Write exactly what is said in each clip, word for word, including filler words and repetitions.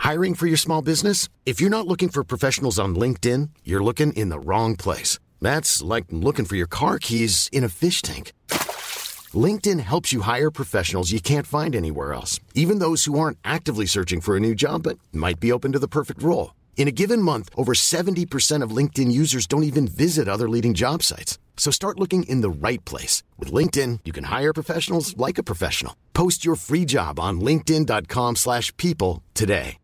Hiring for your small business? If you're not looking for professionals on LinkedIn, you're looking in the wrong place. That's like looking for your car keys in a fish tank. LinkedIn helps you hire professionals you can't find anywhere else, even those who aren't actively searching for a new job but might be open to the perfect role. In a given month, over seventy percent of LinkedIn users don't even visit other leading job sites. So start looking in the right place. With LinkedIn, you can hire professionals like a professional. Post your free job on linkedin.com slash people today.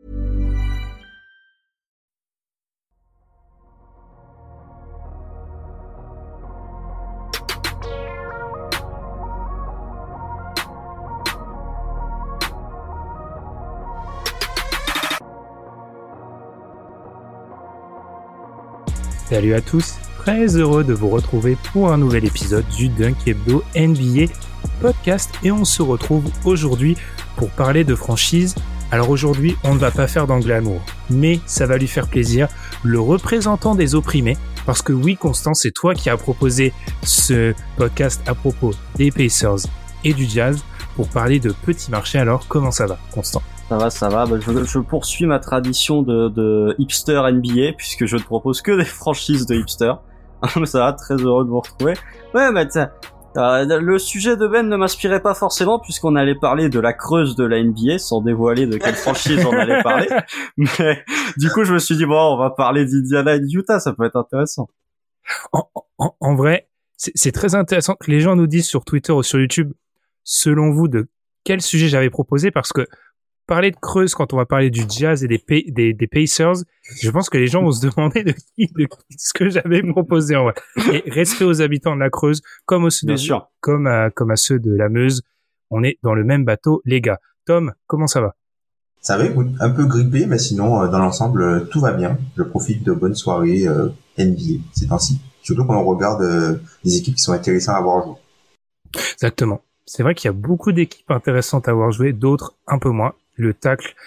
Salut à tous, très heureux de vous retrouver pour un nouvel épisode du Dunk Hebdo N B A podcast et on se retrouve aujourd'hui pour parler de franchise. Alors aujourd'hui, on ne va pas faire d'angle amour, mais ça va lui faire plaisir, le représentant des opprimés, parce que oui Constant, c'est toi qui as proposé ce podcast à propos des Pacers et du Jazz pour parler de petits marchés. Alors comment ça va Constant ? Ça va, ça va. Bah, je, je poursuis ma tradition de, de hipster N B A puisque je ne propose que des franchises de hipster. Ça va, très heureux de vous retrouver. Ouais, bah euh, le sujet de Ben ne m'inspirait pas forcément puisqu'on allait parler de la creuse de la N B A sans dévoiler de quelle franchise on allait parler. Mais du coup, je me suis dit bon, on va parler d'Indiana et d'Utah, ça peut être intéressant. En, en, en vrai, c'est, c'est très intéressant que les gens nous disent sur Twitter ou sur YouTube, selon vous, de quel sujet j'avais proposé, parce que parler de creuse quand on va parler du Jazz et des, pay, des, des Pacers, je pense que les gens vont se demander de qui, de ce que j'avais proposé en vrai. Et respect aux habitants de la Creuse, comme, aux ceux de, comme, à, comme à ceux de la Meuse. On est dans le même bateau, les gars. Tom, comment ça va ? Ça va, écoute, un peu grippé, mais sinon, dans l'ensemble, tout va bien. Je profite de bonnes soirées euh, N B A ces temps-ci. Surtout quand on regarde euh, des équipes qui sont intéressantes à avoir joué. Exactement. C'est vrai qu'il y a beaucoup d'équipes intéressantes à avoir joué, d'autres un peu moins. Le tacle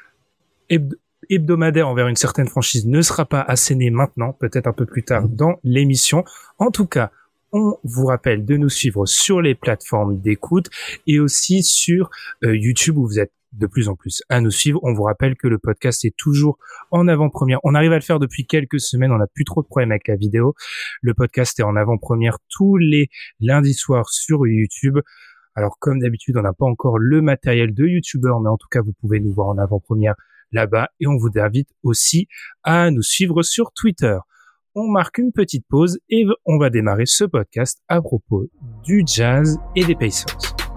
hebd- hebdomadaire envers une certaine franchise ne sera pas asséné maintenant, peut-être un peu plus tard dans l'émission. En tout cas, on vous rappelle de nous suivre sur les plateformes d'écoute et aussi sur euh, YouTube où vous êtes de plus en plus à nous suivre. On vous rappelle que le podcast est toujours en avant-première. On arrive à le faire depuis quelques semaines, on n'a plus trop de problèmes avec la vidéo. Le podcast est en avant-première tous les lundis soirs sur YouTube. Alors, comme d'habitude, on n'a pas encore le matériel de youtubeur, mais en tout cas, vous pouvez nous voir en avant-première là-bas. Et on vous invite aussi à nous suivre sur Twitter. On marque une petite pause et on va démarrer ce podcast à propos du Jazz et des Pacers.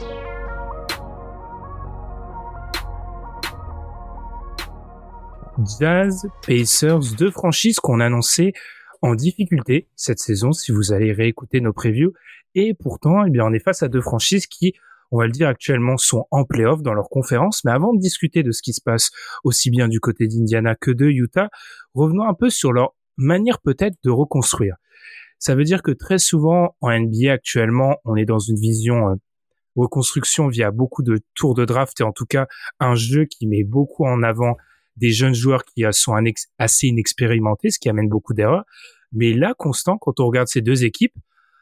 Jazz, Pacers, deux franchises qu'on annonçait en difficulté cette saison, si vous allez réécouter nos previews. Et pourtant, eh bien, on est face à deux franchises qui, on va le dire actuellement, sont en play-off dans leur conférence. Mais avant de discuter de ce qui se passe aussi bien du côté d'Indiana que de Utah, revenons un peu sur leur manière peut-être de reconstruire. Ça veut dire que très souvent, en N B A actuellement, on est dans une vision euh, reconstruction via beaucoup de tours de draft et en tout cas, un jeu qui met beaucoup en avant des jeunes joueurs qui sont un ex- assez inexpérimentés, ce qui amène beaucoup d'erreurs. Mais là, Constant, quand on regarde ces deux équipes,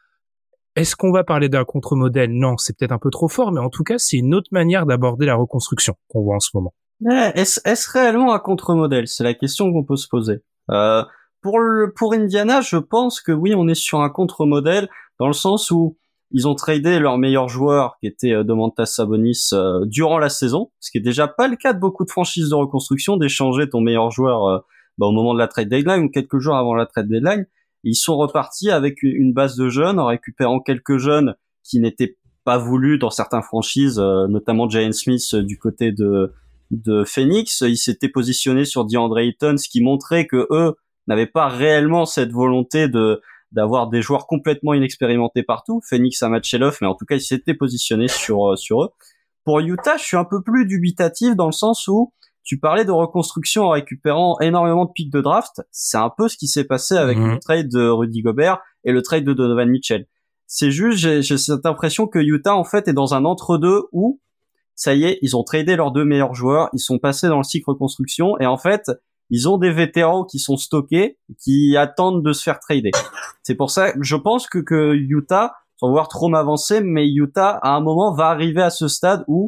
est-ce qu'on va parler d'un contre-modèle ? Non, c'est peut-être un peu trop fort, mais en tout cas, c'est une autre manière d'aborder la reconstruction qu'on voit en ce moment. Mais est-ce, est-ce réellement un contre-modèle ? C'est la question qu'on peut se poser. Euh, pour le, pour Indiana, je pense que oui, on est sur un contre-modèle, dans le sens où ils ont tradé leur meilleur joueur, qui était euh, Domantas Sabonis, euh, durant la saison, ce qui est déjà pas le cas de beaucoup de franchises de reconstruction, d'échanger ton meilleur joueur euh, bah, au moment de la trade deadline ou quelques jours avant la trade deadline. Ils sont repartis avec une base de jeunes en récupérant quelques jeunes qui n'étaient pas voulus dans certaines franchises, euh, notamment Jalen Smith euh, du côté de de Phoenix. Ils s'étaient positionnés sur DeAndre Ayton, ce qui montrait que eux n'avaient pas réellement cette volonté de d'avoir des joueurs complètement inexpérimentés partout. Phoenix a matché l'off, mais en tout cas ils s'étaient positionnés sur euh, sur eux. Pour Utah, je suis un peu plus dubitatif dans le sens où tu parlais de reconstruction en récupérant énormément de pics de draft. C'est un peu ce qui s'est passé avec mmh. le trade de Rudy Gobert et le trade de Donovan Mitchell. C'est juste, j'ai, j'ai cette impression que Utah, en fait, est dans un entre-deux où, ça y est, ils ont tradé leurs deux meilleurs joueurs, ils sont passés dans le cycle reconstruction, et en fait, ils ont des vétérans qui sont stockés, qui attendent de se faire trader. C'est pour ça, je pense que, que Utah, sans vouloir trop m'avancer, mais Utah, à un moment, va arriver à ce stade où il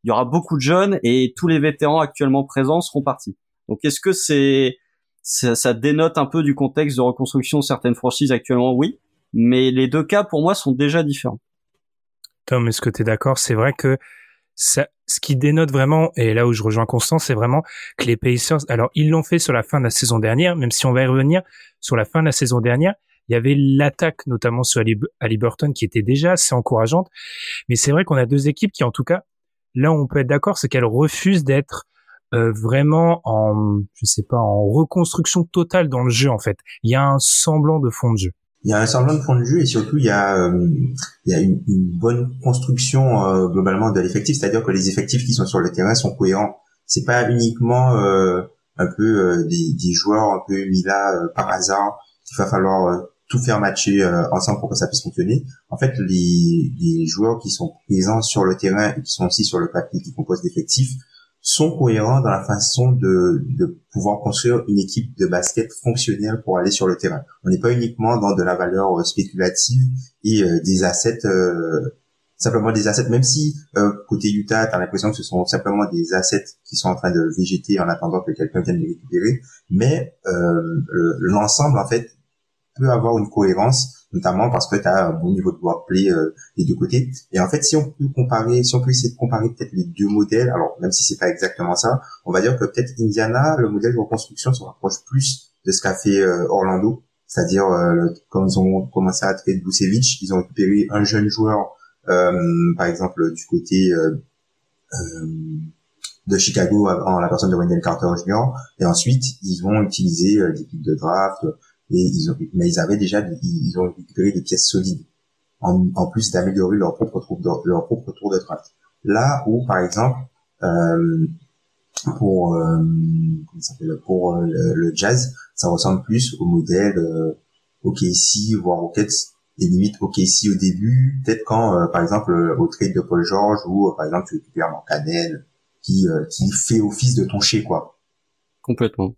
il y aura beaucoup de jeunes et tous les vétérans actuellement présents seront partis. Donc est-ce que c'est ça, ça dénote un peu du contexte de reconstruction de certaines franchises actuellement? Oui, mais les deux cas pour moi sont déjà différents. Tom, est-ce que tu es d'accord? C'est vrai que ça, ce qui dénote vraiment, et là où je rejoins Constant, c'est vraiment que les Pacers, alors ils l'ont fait sur la fin de la saison dernière, même si on va y revenir, sur la fin de la saison dernière, il y avait l'attaque notamment sur Haliburton qui était déjà assez encourageante, mais c'est vrai qu'on a deux équipes qui en tout cas, là où on peut être d'accord, c'est qu'elles refusent d'être euh, vraiment en, je sais pas, en reconstruction totale dans le jeu en fait. Il y a un semblant de fond de jeu. Il y a un semblant de fond de jeu et surtout il y a euh, il y a une, une bonne construction euh, globalement de l'effectif, c'est-à-dire que les effectifs qui sont sur le terrain sont cohérents. C'est pas uniquement euh, un peu euh, des, des joueurs un peu mis là euh, par hasard qu'il va falloir euh, tout faire matcher euh, ensemble pour que ça puisse fonctionner. En fait, les, les joueurs qui sont présents sur le terrain et qui sont aussi sur le papier qui composent l'effectif sont cohérents dans la façon de, de pouvoir construire une équipe de basket fonctionnelle pour aller sur le terrain. On n'est pas uniquement dans de la valeur spéculative et euh, des assets, euh, simplement des assets, même si euh, côté Utah, t'as l'impression que ce sont simplement des assets qui sont en train de végéter en attendant que quelqu'un vienne les récupérer, mais euh, l'ensemble, en fait, peut avoir une cohérence, notamment parce que tu as un bon niveau de workplay euh, des deux côtés. Et en fait, si on peut comparer, si on peut essayer de comparer peut-être les deux modèles, alors même si c'est pas exactement ça, on va dire que peut-être Indiana, le modèle de reconstruction se rapproche plus de ce qu'a fait euh, Orlando, c'est-à-dire euh, quand ils ont commencé à traiter Vucevic, ils ont récupéré un jeune joueur, euh, par exemple du côté euh, euh, de Chicago en la personne de Wendell Carter junior, et ensuite ils vont utiliser euh, des pics de draft. Et ils ont, mais ils avaient déjà, ils ont récupéré des pièces solides, en, en plus d'améliorer leur propre tour de, leur propre tour de draft. Là où, par exemple, euh, pour, euh, comment ça s'appelle, pour euh, le, le Jazz, ça ressemble plus au modèle euh, O K C, voire Rockets, et limite O K C au début, peut-être quand, euh, par exemple, au trade de Paul George, ou euh, par exemple, tu récupères Markkanen, qui, euh, qui fait office de ton chez, quoi. Complètement.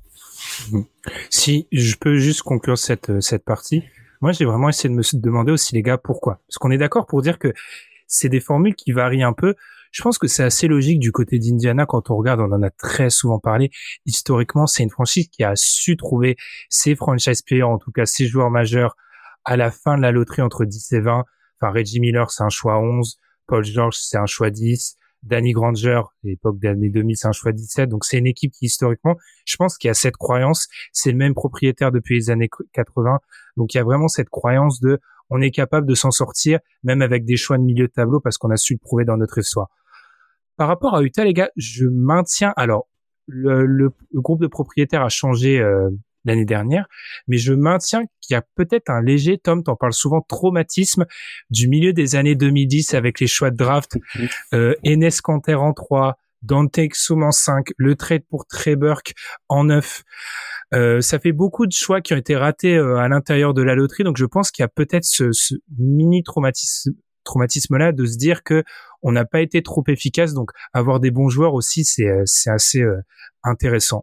Si je peux juste conclure cette cette partie, moi j'ai vraiment essayé de me demander aussi les gars pourquoi. Parce qu'on est d'accord pour dire que c'est des formules qui varient un peu. Je pense que c'est assez logique du côté d'Indiana quand on regarde, on en a très souvent parlé. Historiquement, c'est une franchise qui a su trouver ses franchise players, en tout cas ses joueurs majeurs, à la fin de la loterie entre dix et vingt. Enfin, Reggie Miller, c'est un choix onze. Paul George, c'est un choix dix. Danny Granger, à l'époque des années deux mille, c'est un choix dix-sept. Donc, c'est une équipe qui, historiquement, je pense qu'il y a cette croyance. C'est le même propriétaire depuis les années quatre-vingts. Donc, il y a vraiment cette croyance de, on est capable de s'en sortir, même avec des choix de milieu de tableau, parce qu'on a su le prouver dans notre histoire. Par rapport à Utah, les gars, je maintiens, alors, le, le, le groupe de propriétaires a changé, euh, l'année dernière, mais je maintiens qu'il y a peut-être un léger, Tom, t'en parles souvent, traumatisme du milieu des années deux mille dix avec les choix de draft, euh, Enes Kanter en trois, Dante Exum en cinq, le trade pour Trey Burke en neuf. Euh, ça fait beaucoup de choix qui ont été ratés euh, à l'intérieur de la loterie, donc je pense qu'il y a peut-être ce, ce mini traumatisme traumatisme-là de se dire que on n'a pas été trop efficace, donc avoir des bons joueurs aussi, c'est, c'est assez euh, intéressant.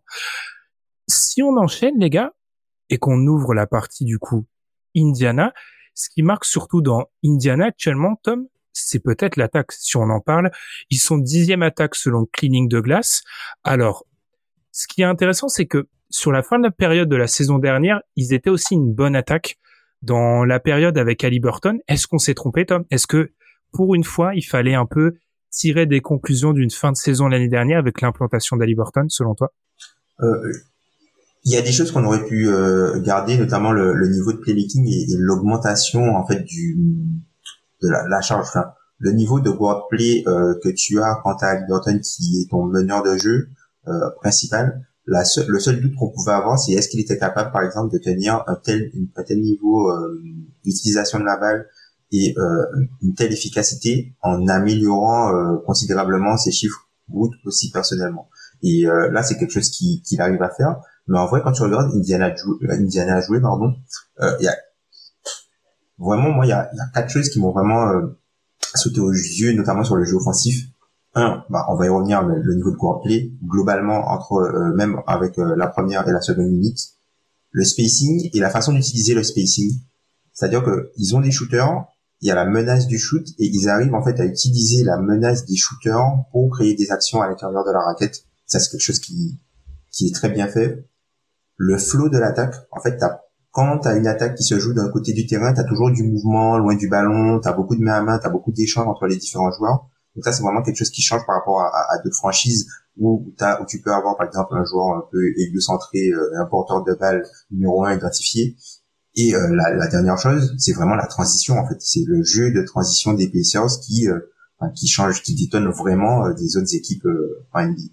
Si on enchaîne, les gars, et qu'on ouvre la partie, du coup, Indiana, ce qui marque surtout dans Indiana actuellement, Tom, c'est peut-être l'attaque, si on en parle. Ils sont dixième attaque selon Cleaning de Glace. Alors, ce qui est intéressant, c'est que sur la fin de la période de la saison dernière, ils étaient aussi une bonne attaque. Dans la période avec Haliburton, est-ce qu'on s'est trompé, Tom? Est-ce que, pour une fois, il fallait un peu tirer des conclusions d'une fin de saison l'année dernière avec l'implantation d'Haliburton, selon toi? euh... Il y a des choses qu'on aurait pu euh, garder, notamment le, le niveau de playmaking et, et l'augmentation en fait du de la, la charge. Enfin, le niveau de wordplay euh, que tu as quand tu as Haliburton qui est ton meneur de jeu euh, principal. La seule, le seul doute qu'on pouvait avoir, c'est est-ce qu'il était capable, par exemple, de tenir un tel un tel niveau euh, d'utilisation de la balle et euh, une telle efficacité en améliorant euh, considérablement ses chiffres bruts aussi personnellement. Et euh, là, c'est quelque chose qu'il qui arrive à faire. Mais en vrai, quand tu regardes Indiana jouer, Indiana jouer, pardon, il euh, y a vraiment, moi, il y a, y a quatre choses qui m'ont vraiment euh, sauté aux yeux, notamment sur le jeu offensif. Un, bah, on va y revenir, le, le niveau de wordplay, globalement, entre euh, même avec euh, la première et la seconde unité, le spacing et la façon d'utiliser le spacing. C'est-à-dire que ils ont des shooters, il y a la menace du shoot et ils arrivent en fait à utiliser la menace des shooters pour créer des actions à l'intérieur de la raquette. Ça, c'est quelque chose qui qui est très bien fait. Le flow de l'attaque, en fait, t'as, quand t'as une attaque qui se joue d'un côté du terrain, t'as toujours du mouvement loin du ballon, t'as beaucoup de main à main, t'as beaucoup d'échanges entre les différents joueurs. Donc ça, c'est vraiment quelque chose qui change par rapport à, à, à d'autres franchises où t'as, où tu peux avoir, par exemple, un joueur un peu égocentré, euh, un porteur de balle numéro un identifié. Et euh, la, la dernière chose, c'est vraiment la transition, en fait. C'est le jeu de transition des Pacers qui, euh, enfin, qui change, qui détonne vraiment euh, des autres équipes euh, en N B A.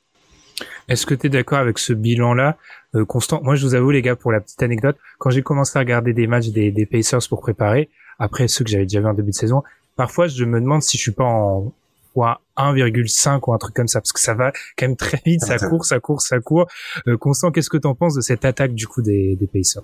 Est-ce que tu es d'accord avec ce bilan-là, euh, Constant? Moi, je vous avoue, les gars, pour la petite anecdote, quand j'ai commencé à regarder des matchs des, des Pacers pour préparer, après ceux que j'avais déjà vu en début de saison, parfois, je me demande si je suis pas en fois un virgule cinq ou un truc comme ça, parce que ça va quand même très vite, ça court, ça court, ça court. Euh, Constant, qu'est-ce que t'en penses de cette attaque, du coup, des, des Pacers?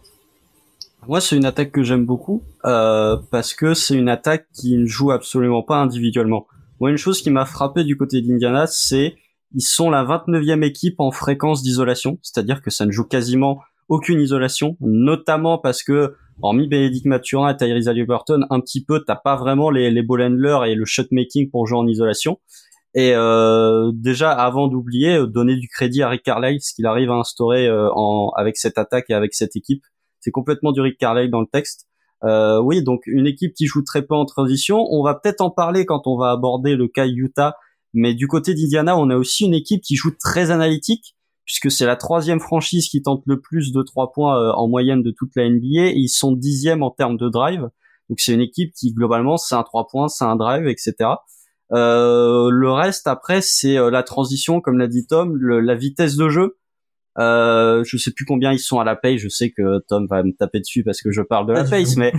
Moi, c'est une attaque que j'aime beaucoup, euh, parce que c'est une attaque qui ne joue absolument pas individuellement. Moi, une chose qui m'a frappé du côté d'Indiana, c'est ils sont la vingt-neuvième équipe en fréquence d'isolation, c'est-à-dire que ça ne joue quasiment aucune isolation, notamment parce que, hormis Bénédicte Mathurin et Tyrese Haliburton, un petit peu, t'as pas vraiment les, les ball handlers et le shot making pour jouer en isolation. Et euh, déjà, avant d'oublier, euh, donner du crédit à Rick Carlisle, ce qu'il arrive à instaurer euh, en, avec cette attaque et avec cette équipe, c'est complètement du Rick Carlisle dans le texte. Euh, oui, donc une équipe qui joue très peu en transition. On va peut-être en parler quand on va aborder le cas Utah. Mais du côté d'Indiana, on a aussi une équipe qui joue très analytique, puisque c'est la troisième franchise qui tente le plus de trois points euh, en moyenne de toute la N B A, et ils sont dixième en termes de drive. Donc c'est une équipe qui, globalement, c'est un trois points, c'est un drive, et cetera. Euh, le reste, après, c'est euh, la transition, comme l'a dit Tom, le, la vitesse de jeu. Euh, je sais plus combien ils sont à la pace. Je sais que Tom va me taper dessus parce que je parle de la pace, mais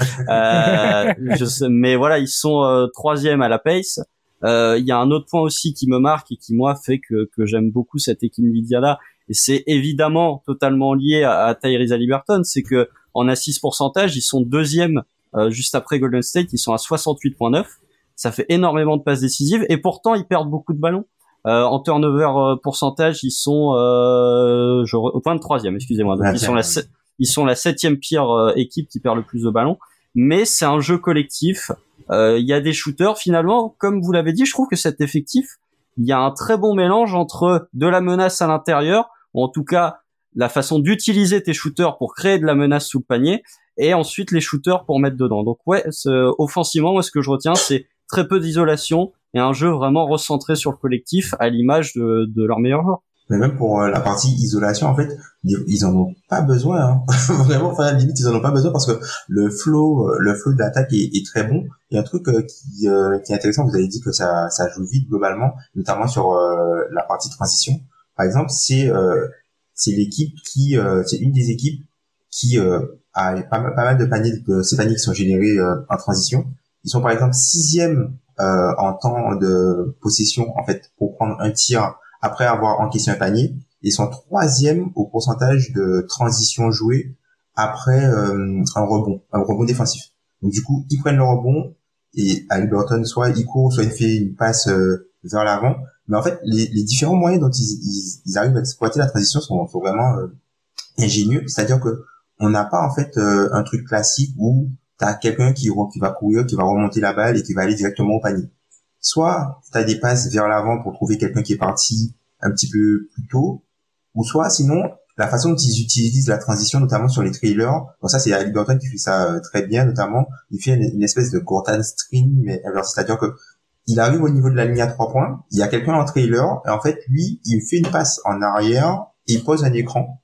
euh, je sais, mais voilà, ils sont euh, troisième à la pace. Il euh, y a un autre point aussi qui me marque et qui moi fait que que j'aime beaucoup cette équipe d'Indiana, et c'est évidemment totalement lié à, à Tyrese Haliburton, c'est que en assist pourcentage, ils sont deuxième euh, juste après Golden State, ils sont à soixante-huit virgule neuf. Ça fait énormément de passes décisives et pourtant ils perdent beaucoup de ballons. Euh, en turnover euh, pourcentage, ils sont euh, je re... vingt-troisième, excusez-moi. Donc ils sont la se... ils sont la septième pire euh, équipe qui perd le plus de ballons, mais c'est un jeu collectif. Il euh, y a des shooters, finalement, comme vous l'avez dit, je trouve que cet effectif, il y a un très bon mélange entre de la menace à l'intérieur, ou en tout cas la façon d'utiliser tes shooters pour créer de la menace sous le panier, et ensuite les shooters pour mettre dedans. Donc ouais, offensivement, moi ce que je retiens, c'est très peu d'isolation et un jeu vraiment recentré sur le collectif à l'image de, de leurs meilleurs joueurs. Mais même pour euh, la partie isolation, en fait, ils en ont pas besoin, hein. Vraiment, enfin, limite, ils en ont pas besoin parce que le flow, euh, le flow de l'attaque est, est très bon. Il y a un truc euh, qui, euh, qui est intéressant. Vous avez dit que ça, ça joue vite globalement, notamment sur euh, la partie transition. Par exemple, c'est, euh, c'est l'équipe qui, euh, c'est une des équipes qui euh, a pas mal, pas mal de paniers, de ces paniers qui sont générés euh, en transition. Ils sont par exemple sixième euh, en temps de possession, en fait, pour prendre un tir après avoir encaissé un panier. Ils sont troisième au pourcentage de transition jouée après euh, un rebond, un rebond défensif. Donc du coup, ils prennent le rebond et Haliburton, soit il court, soit il fait une passe euh, vers l'avant. Mais en fait, les, les différents moyens dont ils, ils, ils arrivent à exploiter la transition sont, sont vraiment euh, ingénieux. C'est-à-dire que on n'a pas en fait euh, un truc classique où t'as quelqu'un qui, qui va courir, qui va remonter la balle et qui va aller directement au panier. Soit t'as des passes vers l'avant pour trouver quelqu'un qui est parti un petit peu plus tôt, ou soit sinon la façon dont ils utilisent la transition, notamment sur les trailers. Donc ça, c'est Haliburton qui fait ça euh, très bien, notamment il fait une, une espèce de Gortan string, mais inversé, c'est-à-dire que il arrive au niveau de la ligne à trois points, il y a quelqu'un en trailer, et en fait lui, il fait une passe en arrière et il pose un écran.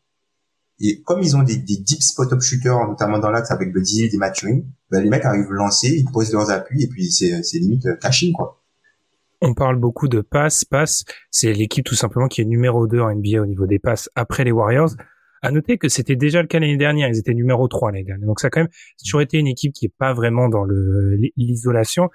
Et comme ils ont des, des deep spot-up shooters, notamment dans l'axe avec Buddy Hield et Mathurin, ben les mecs arrivent lancer, ils posent leurs appuis, et puis c'est, c'est limite euh, caching, quoi. On parle beaucoup de passes, passes. C'est l'équipe tout simplement qui est numéro deux en N B A au niveau des passes après les Warriors. À noter que c'était déjà le cas l'année dernière. Ils étaient numéro trois l'année dernière. Donc ça a quand même toujours été une équipe qui est pas vraiment dans le, l'isolation.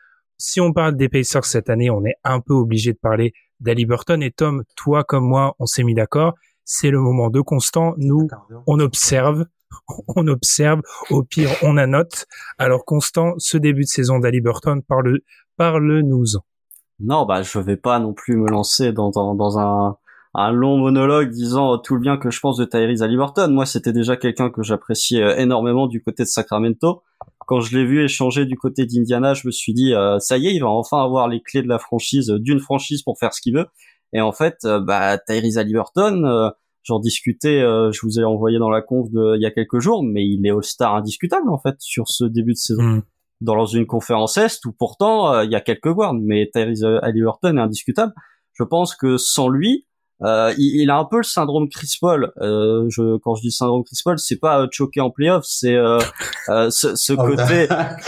Si on parle des Pacers cette année, on est un peu obligé de parler d'Haliburton. Et Tom, toi comme moi, on s'est mis d'accord. C'est le moment de Constant. Nous, on observe. On observe. Au pire, on annote. Alors Constant, ce début de saison d'Haliburton, parle, parle-nous-en. Non, bah je vais pas non plus me lancer dans dans, dans un un long monologue disant tout le bien que je pense de Tyrese Haliburton. Moi, c'était déjà quelqu'un que j'appréciais énormément du côté de Sacramento. quand je l'ai vu échanger du côté d'Indiana, je me suis dit euh, ça y est, il va enfin avoir les clés de la franchise, d'une franchise pour faire ce qu'il veut. Et en fait, euh, bah Tyrese Haliburton, euh, j'en discutais, euh, je vous ai envoyé dans la conf de il y a quelques jours, mais il est All-Star indiscutable en fait sur ce début de saison. Mm. Dans une conférence Est où pourtant il euh, y a quelques guards, mais Tyrese Haliburton est indiscutable. Je pense que sans lui, euh, il, il a un peu le syndrome Chris Paul. Euh, je, quand je dis syndrome Chris Paul, c'est pas euh, choquer en playoff, c'est euh, euh, ce, ce côté,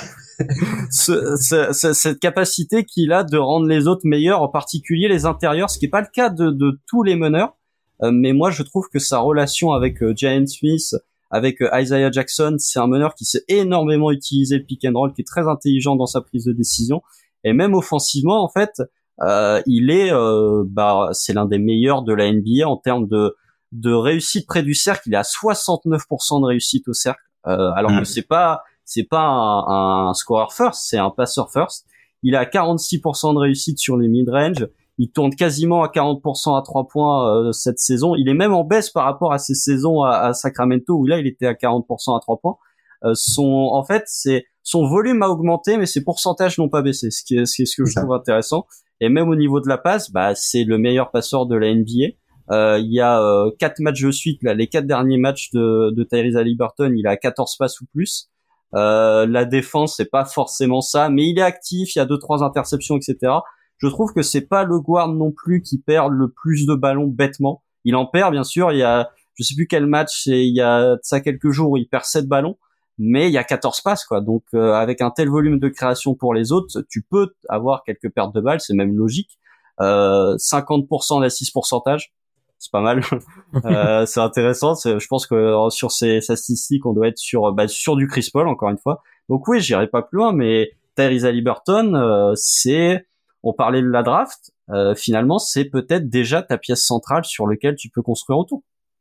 ce, ce, ce, cette capacité qu'il a de rendre les autres meilleurs, en particulier les intérieurs, ce qui est pas le cas de, de tous les meneurs. Euh, mais moi, je trouve que sa relation avec euh, Jalen Smith, avec euh, Isaiah Jackson, c'est un meneur qui sait énormément utiliser le pick and roll, qui est très intelligent dans sa prise de décision, et même offensivement, en fait, euh, il est, euh, bah, c'est l'un des meilleurs de la N B A en termes de de réussite près du cercle. Il est à soixante-neuf pour cent de réussite au cercle, euh, alors mmh. que c'est pas c'est pas un, un scorer first, c'est un passeur first. Il est à quarante-six pour cent de réussite sur les mid-range. Il tourne quasiment à quarante pour cent à trois points euh, cette saison. Il est même en baisse par rapport à ses saisons à, à Sacramento où là il était à quarante pour cent à trois points. Euh, son, en fait, c'est son volume a augmenté, mais ses pourcentages n'ont pas baissé. Ce qui est, ce, qui est ce que je trouve intéressant. Et même au niveau de la passe, bah c'est le meilleur passeur de la N B A. Euh, il y a euh, quatre matchs de suite, là, les quatre derniers matchs de, de Tyrese Haliburton, il a quatorze passes ou plus. Euh, la défense, c'est pas forcément ça, mais il est actif. Il y a deux trois interceptions, et cetera. Je trouve que c'est pas le guard non plus qui perd le plus de ballons bêtement. Il en perd, bien sûr. Il y a, je sais plus quel match, c'est, il y a de ça quelques jours où il perd sept ballons, mais il y a quatorze passes, quoi. Donc, euh, avec un tel volume de création pour les autres, tu peux avoir quelques pertes de balles, c'est même logique. Euh, cinquante pour cent d'assist pourcentage, c'est pas mal. euh, c'est intéressant. C'est, je pense que sur ces statistiques, on doit être sur, bah, sur du Chris Paul, encore une fois. Donc oui, j'irai pas plus loin, mais Tyrese Haliburton, euh, c'est, on parlait de la draft, euh, finalement, c'est peut-être déjà ta pièce centrale sur laquelle tu peux construire autour.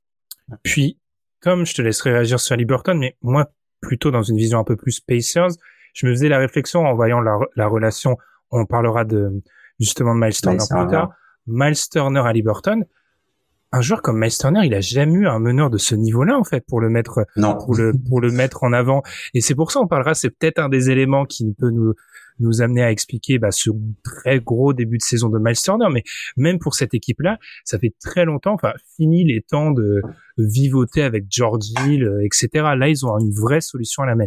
Puis, comme je te laisserai réagir sur Haliburton, mais moi, plutôt dans une vision un peu plus Pacers, je me faisais la réflexion en voyant la, la relation, on parlera de justement de Miles Turner Miles plus tard, Miles Turner Haliburton. Un joueur comme Miles Turner, il a jamais eu un meneur de ce niveau-là, en fait, pour le mettre, non. pour le, pour le mettre en avant. Et c'est pour ça, on parlera, c'est peut-être un des éléments qui peut nous, nous amener à expliquer, bah, ce très gros début de saison de Miles Turner. Mais même pour cette équipe-là, ça fait très longtemps, enfin, fini les temps de vivoter avec George Hill, et cetera. Là, ils ont une vraie solution à la main.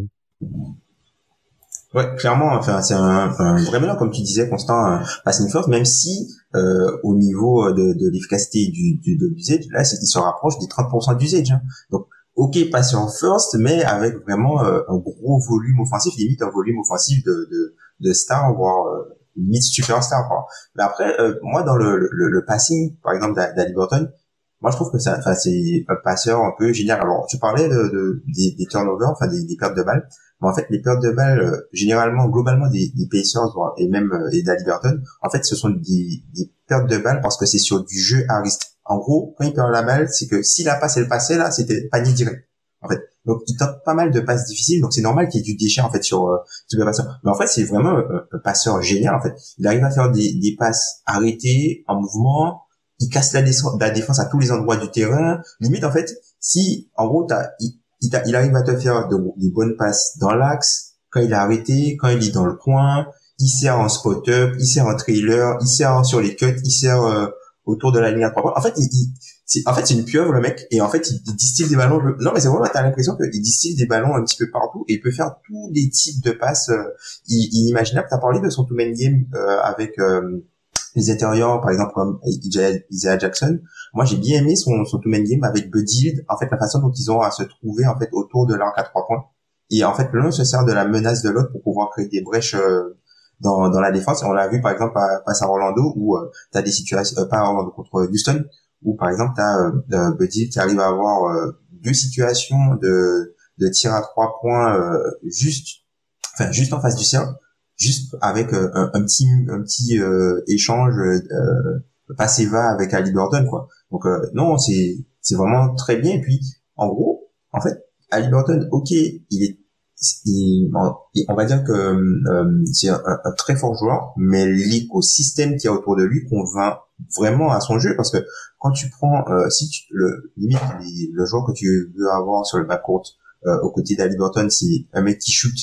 Ouais, clairement, enfin, c'est un, un vrai meneur, comme tu disais, Constant, un passing first, même si, euh, au niveau de, de l'efficacité du, du, de l'usage, là, c'est qu'il se rapproche des trente pour cent d'usage, hein. Donc, ok, passing first, mais avec vraiment, euh, un gros volume offensif, limite un volume offensif de, de, de star, voire, euh, limite superstar, quoi. Mais après, euh, moi, dans le, le, le passing, par exemple, d'Haliburton, moi, je trouve que ça, enfin, c'est un passeur un peu génial. Alors, tu parlais de, de des, des turnovers, enfin, des, des pertes de balles. Mais en fait, les pertes de balles, euh, généralement, globalement, des, des Pacers et même euh, et d'Haliburton, en fait, ce sont des, des pertes de balles parce que c'est sur du jeu à risque. En gros, quand il perd la balle, c'est que si la passe elle passait là, c'était panier direct. En fait, donc il tente pas mal de passes difficiles, donc c'est normal qu'il y ait du déchet en fait sur euh, sur le passeur. Mais en fait, c'est vraiment un, un passeur génial. En fait, il arrive à faire des, des passes arrêtées en mouvement. Il casse la, défense, la défense à tous les endroits du terrain. Limite, en fait, si, en gros, t'as, il, il, il arrive à te faire de, des bonnes passes dans l'axe, quand il est arrêté, quand il est dans le coin, il sert en spot-up, il sert en trailer, il sert sur les cuts, il sert euh, autour de la ligne à trois points. En fait, il, il, c'est, en fait, c'est une pieuvre, le mec, et en fait, il, il distille des ballons. Non, mais c'est vraiment, t'as l'impression qu'il distille des ballons un petit peu partout, et il peut faire tous les types de passes euh, inimaginables. T'as parlé de son two-man game euh, avec... Euh, les intérieurs, par exemple, comme Isaiah Jackson. Moi, j'ai bien aimé son, son two-man game avec Buddy Hield. En fait, la façon dont ils ont à se trouver, en fait, autour de l'arc à trois points. Et en fait, l'un se sert de la menace de l'autre pour pouvoir créer des brèches euh, dans, dans la défense. Et on l'a vu, par exemple, à, face à Orlando, où euh, t'as des situations, euh, pas à Orlando, contre Houston, où, par exemple, t'as euh, Buddy Hield qui arrive à avoir euh, deux situations de, de tir à trois points euh, juste, enfin, juste en face du cercle. Juste avec euh, un, un petit un petit euh, échange euh, passé-va avec Haliburton, quoi. Donc euh, non, c'est c'est vraiment très bien. Et puis en gros, en fait, Haliburton, ok, il est il, on va dire que euh, c'est un, un très fort joueur, mais l'écosystème qu'il y a autour de lui convainc vraiment à son jeu, parce que quand tu prends euh, si tu, le limite les, le joueur que tu veux avoir sur le backcourt euh, aux côtés d'Haliburton, c'est un mec qui shoot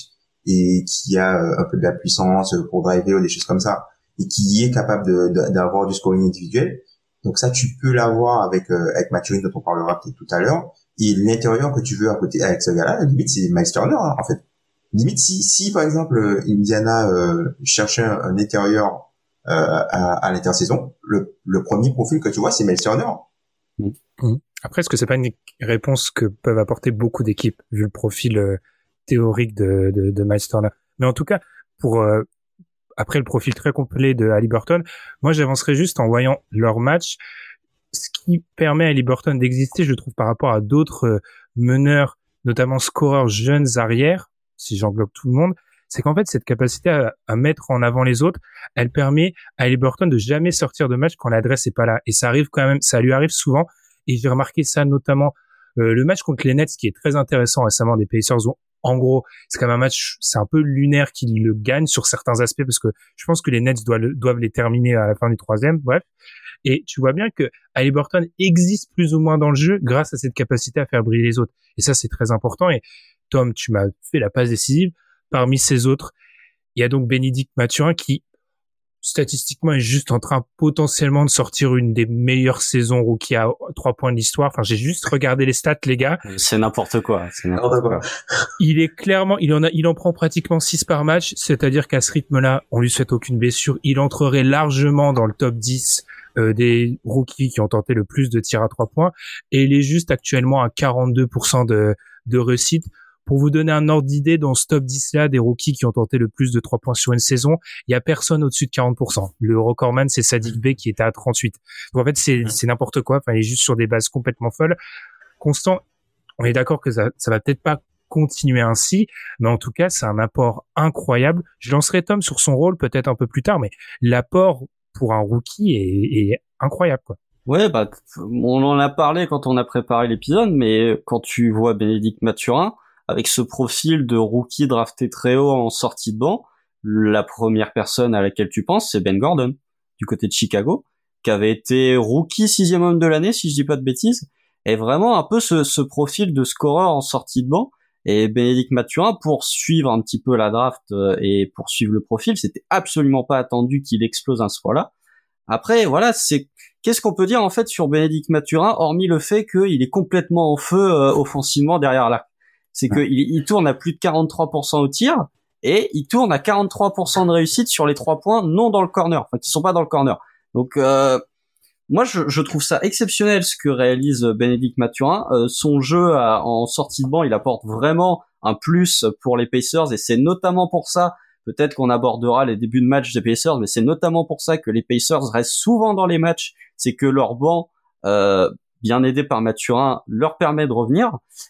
et qui a euh, un peu de la puissance pour driver ou des choses comme ça, et qui est capable de, de, d'avoir du scoring individuel. Donc ça, tu peux l'avoir avec euh, avec Mathurin, dont on parlera peut-être tout à l'heure. Et l'intérieur que tu veux à côté avec ce gars-là, limite c'est Miles Turner hein, en fait. Limite si si par exemple Indiana euh, cherchait un, un intérieur euh, à, à l'intersaison, le le premier profil que tu vois c'est Miles Turner. Mmh. Mmh. Après, est-ce que c'est pas une réponse que peuvent apporter beaucoup d'équipes vu le profil euh, théorique de, de de Miles Turner? Mais en tout cas, pour euh, après le profil très complet de Haliburton, moi j'avancerais juste en voyant leur match. Ce qui permet à Haliburton d'exister, je trouve, par rapport à d'autres euh, meneurs, notamment scoreurs jeunes arrières, si j'englobe tout le monde, c'est qu'en fait cette capacité à, à mettre en avant les autres, elle permet à Haliburton de jamais sortir de match quand l'adresse est pas là. Et ça arrive quand même, ça lui arrive souvent. Et j'ai remarqué ça notamment euh, le match contre les Nets, qui est très intéressant récemment des Pacers, où en gros c'est quand même un match, c'est un peu lunaire qu'il le gagne sur certains aspects, parce que je pense que les Nets doivent, doivent les terminer à la fin du troisième. Bref. Et tu vois bien que Haliburton existe plus ou moins dans le jeu grâce à cette capacité à faire briller les autres. Et ça, c'est très important. Et Tom, tu m'as fait la passe décisive. Parmi ces autres, il y a donc Bénédicte Mathurin qui, statistiquement, est juste en train potentiellement de sortir une des meilleures saisons rookie à trois points de l'histoire. Enfin, j'ai juste regardé les stats, les gars. C'est n'importe quoi. C'est n'importe quoi. Il est clairement, il en a, il en prend pratiquement six par match. C'est-à-dire qu'à ce rythme-là, on lui souhaite aucune blessure. Il entrerait largement dans le top dix Euh, des rookies qui ont tenté le plus de tirs à trois points, et il est juste actuellement à quarante-deux pour cent de, de réussite. Pour vous donner un ordre d'idée, dans ce top dix-là, des rookies qui ont tenté le plus de trois points sur une saison, il y a personne au-dessus de quarante pour cent. Le recordman, c'est Saddiq Bey qui était à trente-huit. Donc en fait, c'est, c'est n'importe quoi. Enfin, il est juste sur des bases complètement folles. Constant, on est d'accord que ça, ça va peut-être pas continuer ainsi, mais en tout cas, c'est un apport incroyable. Je lancerai Tom sur son rôle peut-être un peu plus tard, mais l'apport pour un rookie est, est incroyable, quoi. Ouais, bah, on en a parlé quand on a préparé l'épisode, mais quand tu vois Bénédicte Mathurin, avec ce profil de rookie drafté très haut en sortie de banc, la première personne à laquelle tu penses, c'est Ben Gordon, du côté de Chicago, qui avait été rookie sixième homme de l'année, si je dis pas de bêtises, et vraiment un peu ce, ce profil de scoreur en sortie de banc. Et Bénédicte Mathurin, pour suivre un petit peu la draft et pour suivre le profil, c'était absolument pas attendu qu'il explose à ce point-là. Après, voilà, c'est qu'est-ce qu'on peut dire en fait sur Bénédicte Mathurin, hormis le fait qu'il est complètement en feu euh, offensivement derrière l'arc. C'est qu'il il tourne à plus de quarante-trois pour cent au tir et il tourne à quarante-trois pour cent de réussite sur les trois points non dans le corner, enfin qui sont pas dans le corner. Donc euh, moi, je, je trouve ça exceptionnel ce que réalise Bénédicte Mathurin. Euh, son jeu à, en sortie de banc, il apporte vraiment un plus pour les Pacers, et c'est notamment pour ça, peut-être qu'on abordera les débuts de match des Pacers, mais c'est notamment pour ça que les Pacers restent souvent dans les matchs, c'est que leur banc, euh, bien aidé par Mathurin, leur permet de revenir.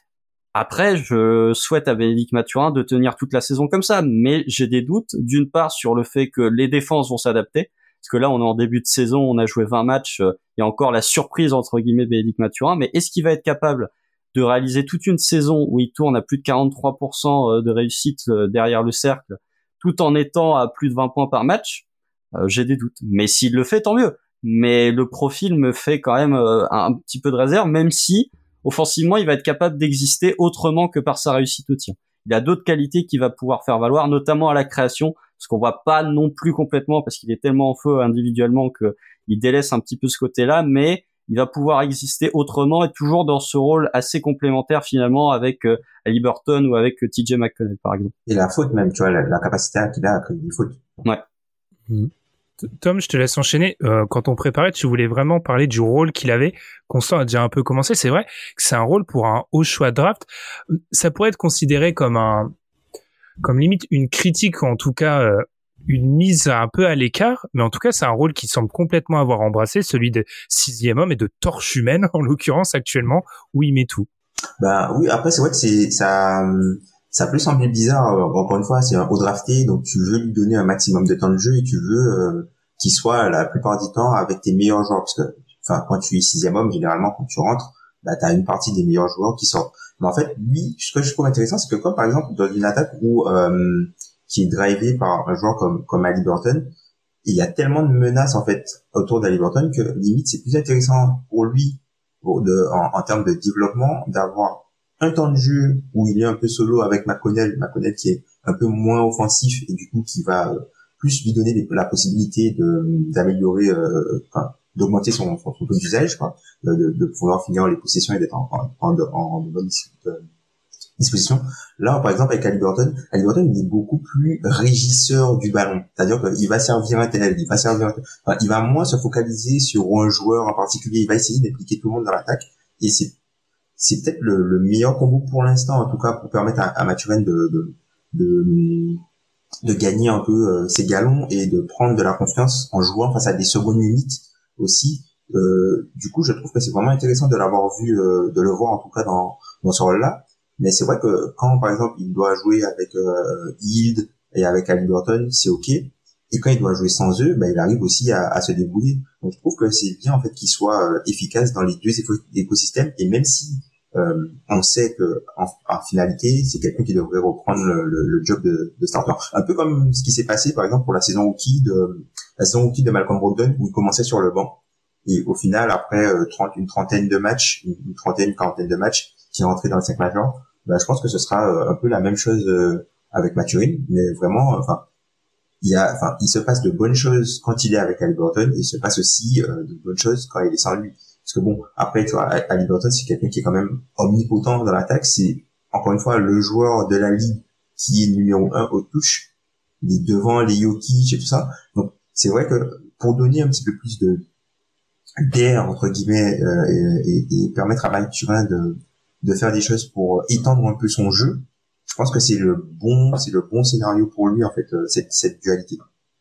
Après, je souhaite à Bénédicte Mathurin de tenir toute la saison comme ça, mais j'ai des doutes, d'une part sur le fait que les défenses vont s'adapter, parce que là, on est en début de saison, on a joué vingt matchs, il y a encore la surprise, entre guillemets, Bénédicte Mathurin, mais est-ce qu'il va être capable de réaliser toute une saison où il tourne à plus de quarante-trois pour cent de réussite derrière le cercle, tout en étant à plus de vingt points par match? euh, J'ai des doutes. Mais s'il le fait, tant mieux. Mais le profil me fait quand même euh, un petit peu de réserve, même si, offensivement, il va être capable d'exister autrement que par sa réussite au tir. Il a d'autres qualités qu'il va pouvoir faire valoir, notamment à la création, ce qu'on voit pas non plus complètement parce qu'il est tellement en feu individuellement que il délaisse un petit peu ce côté-là, mais il va pouvoir exister autrement et toujours dans ce rôle assez complémentaire finalement avec euh, Haliburton ou avec euh, T J McConnell par exemple. Et la faute même, tu vois, la, la capacité qu'il a à créer des fautes. Ouais. Mmh. Tom, je te laisse enchaîner. Euh, quand on préparait, tu voulais vraiment parler du rôle qu'il avait. Constant a déjà un peu commencé. C'est vrai que c'est un rôle pour un haut choix de draft. Ça pourrait être considéré comme un, comme limite une critique, ou en tout cas euh, une mise un peu à l'écart. Mais en tout cas, c'est un rôle qui semble complètement avoir embrassé, celui de sixième homme et de torche humaine, en l'occurrence actuellement, où il met tout. Bah oui. Après, c'est vrai que c'est ça. Ça peut sembler bizarre, euh, encore une fois, c'est un haut drafté, donc tu veux lui donner un maximum de temps de jeu et tu veux euh, qu'il soit la plupart du temps avec tes meilleurs joueurs, parce que, enfin, quand tu es sixième homme, généralement, quand tu rentres, bah, t'as une partie des meilleurs joueurs qui sortent. Mais en fait, lui, ce que je trouve intéressant, c'est que comme par exemple, dans une attaque où, euh, qui est drivée par un joueur comme, comme Haliburton, il y a tellement de menaces, en fait, autour d'Haliburton que, limite, c'est plus intéressant pour lui, pour de, en, en termes de développement, d'avoir un temps de jeu où il est un peu solo avec McConnell, McConnell qui est un peu moins offensif et du coup qui va euh, plus lui donner les, la possibilité de d'améliorer, euh, enfin, d'augmenter son, son, son taux d'usage, quoi, de, de, de pouvoir finir les possessions et d'être en, en, en, en bonne disposition. Là, par exemple, avec Haliburton, Haliburton, il est beaucoup plus régisseur du ballon. C'est-à-dire qu'il va servir un tel, il va servir un tel. Enfin, il va moins se focaliser sur un joueur en particulier. Il va essayer d'impliquer tout le monde dans l'attaque. Et c'est, c'est peut-être le, le meilleur combo pour l'instant, en tout cas, pour permettre à, à Mathurin de, de, de, de gagner un peu euh, ses galons et de prendre de la confiance en jouant face à des secondes unités aussi. Euh, du coup, je trouve que c'est vraiment intéressant de l'avoir vu, euh, de le voir en tout cas dans, dans ce rôle-là. Mais c'est vrai que quand, par exemple, il doit jouer avec euh, Hield et avec Haliburton, c'est ok. Et quand il doit jouer sans eux, ben il arrive aussi à, à se débrouiller. Donc je trouve que c'est bien en fait qu'il soit euh, efficace dans les deux écosystèmes. Et même si euh, on sait que en, en finalité, c'est quelqu'un qui devrait reprendre le, le, le job de, de starter. Un peu comme ce qui s'est passé, par exemple, pour la saison rookie de la saison rookie de Malcolm Brogdon, où il commençait sur le banc. Et au final, après euh, trente, une trentaine de matchs, une, une trentaine, une quarantaine de matchs, qui est rentré dans le cinq major, bah, je pense que ce sera euh, un peu la même chose euh, avec Mathurin, mais vraiment, enfin, il y a, enfin, il se passe de bonnes choses quand il est avec Haliburton, et il se passe aussi euh, de bonnes choses quand il est sans lui. Parce que bon, après, tu vois, Haliburton, c'est quelqu'un qui est quand même omnipotent dans l'attaque, c'est encore une fois le joueur de la ligue qui est numéro un aux touches, il est devant les Jokic et tout ça. Donc c'est vrai que pour donner un petit peu plus de d'air entre guillemets euh, et, et, et permettre à Mathurin de de faire des choses pour étendre un peu son jeu, je pense que c'est le bon, c'est le bon scénario pour lui en fait, cette, cette dualité.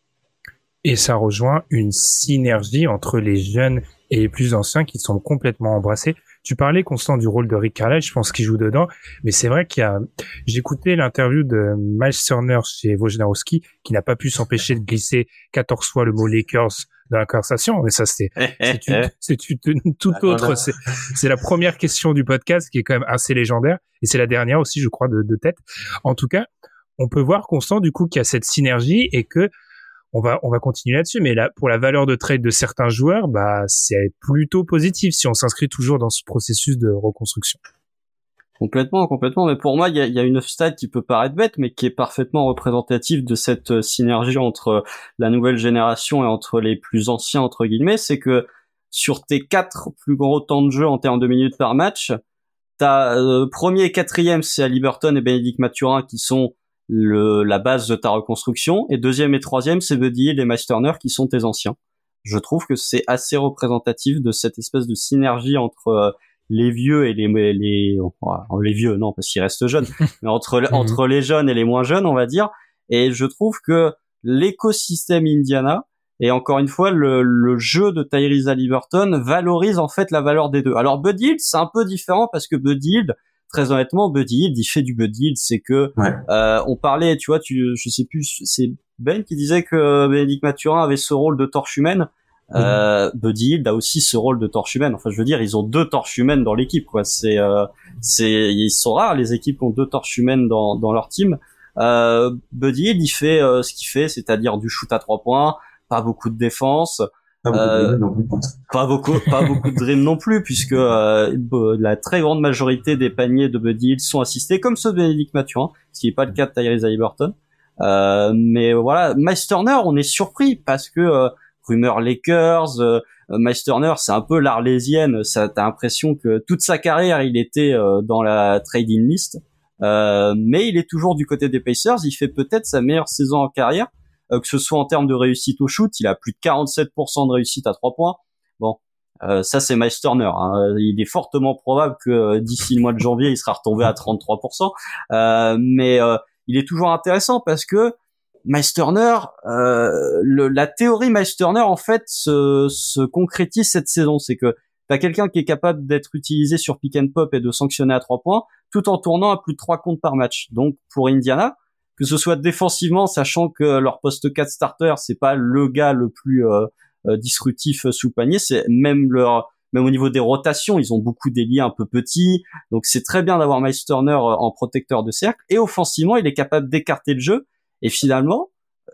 Et ça rejoint une synergie entre les jeunes et les plus anciens qui sont complètement embrassés. Tu parlais, Constant, du rôle de Rick Carlisle, je pense qu'il joue dedans, mais c'est vrai qu'il y a, j'écoutais l'interview de Miles Turner chez Wojnarowski, qui n'a pas pu s'empêcher de glisser quatorze fois le mot Lakers dans la conversation, mais ça c'est, c'est une, c'est une toute autre, c'est, c'est la première question du podcast qui est quand même assez légendaire, et c'est la dernière aussi, je crois, de, de tête. En tout cas, on peut voir, Constant, du coup, qu'il y a cette synergie et que on va, on va continuer là-dessus, mais là, pour la valeur de trade de certains joueurs, bah, c'est plutôt positif si on s'inscrit toujours dans ce processus de reconstruction. Complètement, complètement. Mais pour moi, il y a, y a une stat qui peut paraître bête, mais qui est parfaitement représentative de cette synergie entre la nouvelle génération et entre les plus anciens, entre guillemets. C'est que sur tes quatre plus gros temps de jeu en termes de minutes par match, t'as euh, premier et quatrième, c'est Haliburton et Bénédicte Mathurin qui sont le, la base de ta reconstruction, et deuxième et troisième, c'est Buddy Hield et Miles Turner qui sont tes anciens. Je trouve que c'est assez représentatif de cette espèce de synergie entre euh, les vieux et les les oh, les vieux non parce qu'ils restent jeunes, mais entre mmh. entre les jeunes et les moins jeunes, on va dire. Et je trouve que l'écosystème Indiana et encore une fois le, le jeu de Tyrese Haliburton valorise en fait la valeur des deux. Alors Buddy Hield, c'est un peu différent parce que Buddy Hield, très honnêtement, Buddy Hield, il fait du Buddy Hield, c'est que ouais. euh, on parlait, tu vois, tu je sais plus, c'est Ben qui disait que Bénédicte Mathurin avait ce rôle de torche humaine. Euh, Buddy Hield a aussi ce rôle de torche humaine. Enfin, je veux dire, ils ont deux torches humaines dans l'équipe, quoi. C'est, euh, c'est, ils sont rares les équipes qui ont deux torches humaines dans dans leur team. Euh, Buddy Hield, il fait euh, ce qu'il fait, c'est-à-dire du shoot à trois points, pas beaucoup de défense, pas beaucoup, euh, de, non plus. pas beaucoup, pas beaucoup de dream non plus, puisque euh, la très grande majorité des paniers de Buddy Hield sont assistés, comme ceux de Bénédicte Mathurin, ce qui n'est pas le cas de Tyrese Haliburton. Euh, mais voilà, Miles Turner, on est surpris parce que euh, rumeur Lakers, euh, Miles Turner, c'est un peu l'arlésienne. Ça, t'as l'impression que toute sa carrière, il était euh, dans la trading list, euh, mais il est toujours du côté des Pacers. Il fait peut-être sa meilleure saison en carrière, euh, que ce soit en termes de réussite au shoot. Il a plus de quarante-sept pour cent de réussite à trois points. Bon, euh, ça c'est Miles Turner. Hein. Il est fortement probable que euh, d'ici le mois de janvier, il sera retombé à trente-trois pour cent. Euh, mais euh, il est toujours intéressant parce que Miles Turner, euh, le, la théorie Miles Turner en fait se, se concrétise cette saison. C'est que t'as quelqu'un qui est capable d'être utilisé sur pick and pop et de sanctionner à trois points, tout en tournant à plus de trois comptes par match. Donc pour Indiana, que ce soit défensivement, sachant que leur poste quatre starter, c'est pas le gars le plus euh, euh, disruptif sous panier, c'est même leur même au niveau des rotations, ils ont beaucoup d'ailiers un peu petits, donc c'est très bien d'avoir Miles Turner en protecteur de cercle. Et offensivement, il est capable d'écarter le jeu. Et finalement,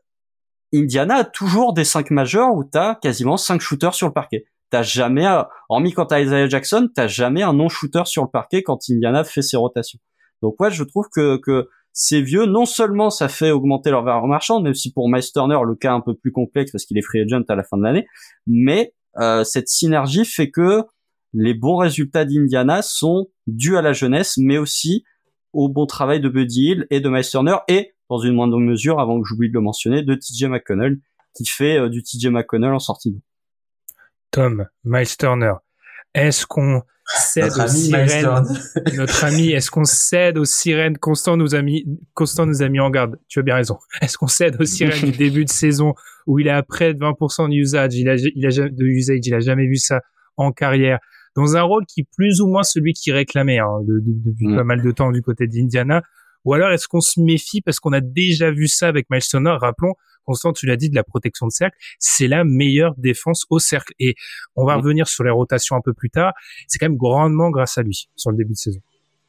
Indiana a toujours des cinq majeurs où t'as quasiment cinq shooters sur le parquet. T'as jamais, hormis quand t'as Isaiah Jackson, t'as jamais un non-shooter sur le parquet quand Indiana fait ses rotations. Donc ouais, je trouve que, que ces vieux, non seulement ça fait augmenter leur valeur marchande, mais aussi pour Miles Turner, le cas un peu plus complexe parce qu'il est free agent à la fin de l'année, mais euh, cette synergie fait que les bons résultats d'Indiana sont dus à la jeunesse, mais aussi au bon travail de Buddy Hield et de Miles Turner, et dans une moindre mesure, avant que j'oublie de le mentionner, de T J McConnell, qui fait euh, du T J McConnell en sortie de banc. Tom, Miles Turner, est-ce qu'on cède Notre aux ami sirènes, notre ami, est-ce qu'on cède aux sirènes? Constant nous a mis, Constant nous a mis en garde. Tu as bien raison. Est-ce qu'on cède aux sirènes du début de saison où il est à près de vingt pour cent d'usage, il a, il a, de usage, il a jamais vu ça en carrière, dans un rôle qui est plus ou moins celui qu'il réclamait, hein, de, de, depuis mmh. pas mal de temps du côté d'Indiana? Ou alors est-ce qu'on se méfie parce qu'on a déjà vu ça avec Miles Turner? Rappelons, Constant, tu l'as dit, de la protection de cercle, c'est la meilleure défense au cercle. Et on va mmh. revenir sur les rotations un peu plus tard. C'est quand même grandement grâce à lui sur le début de saison.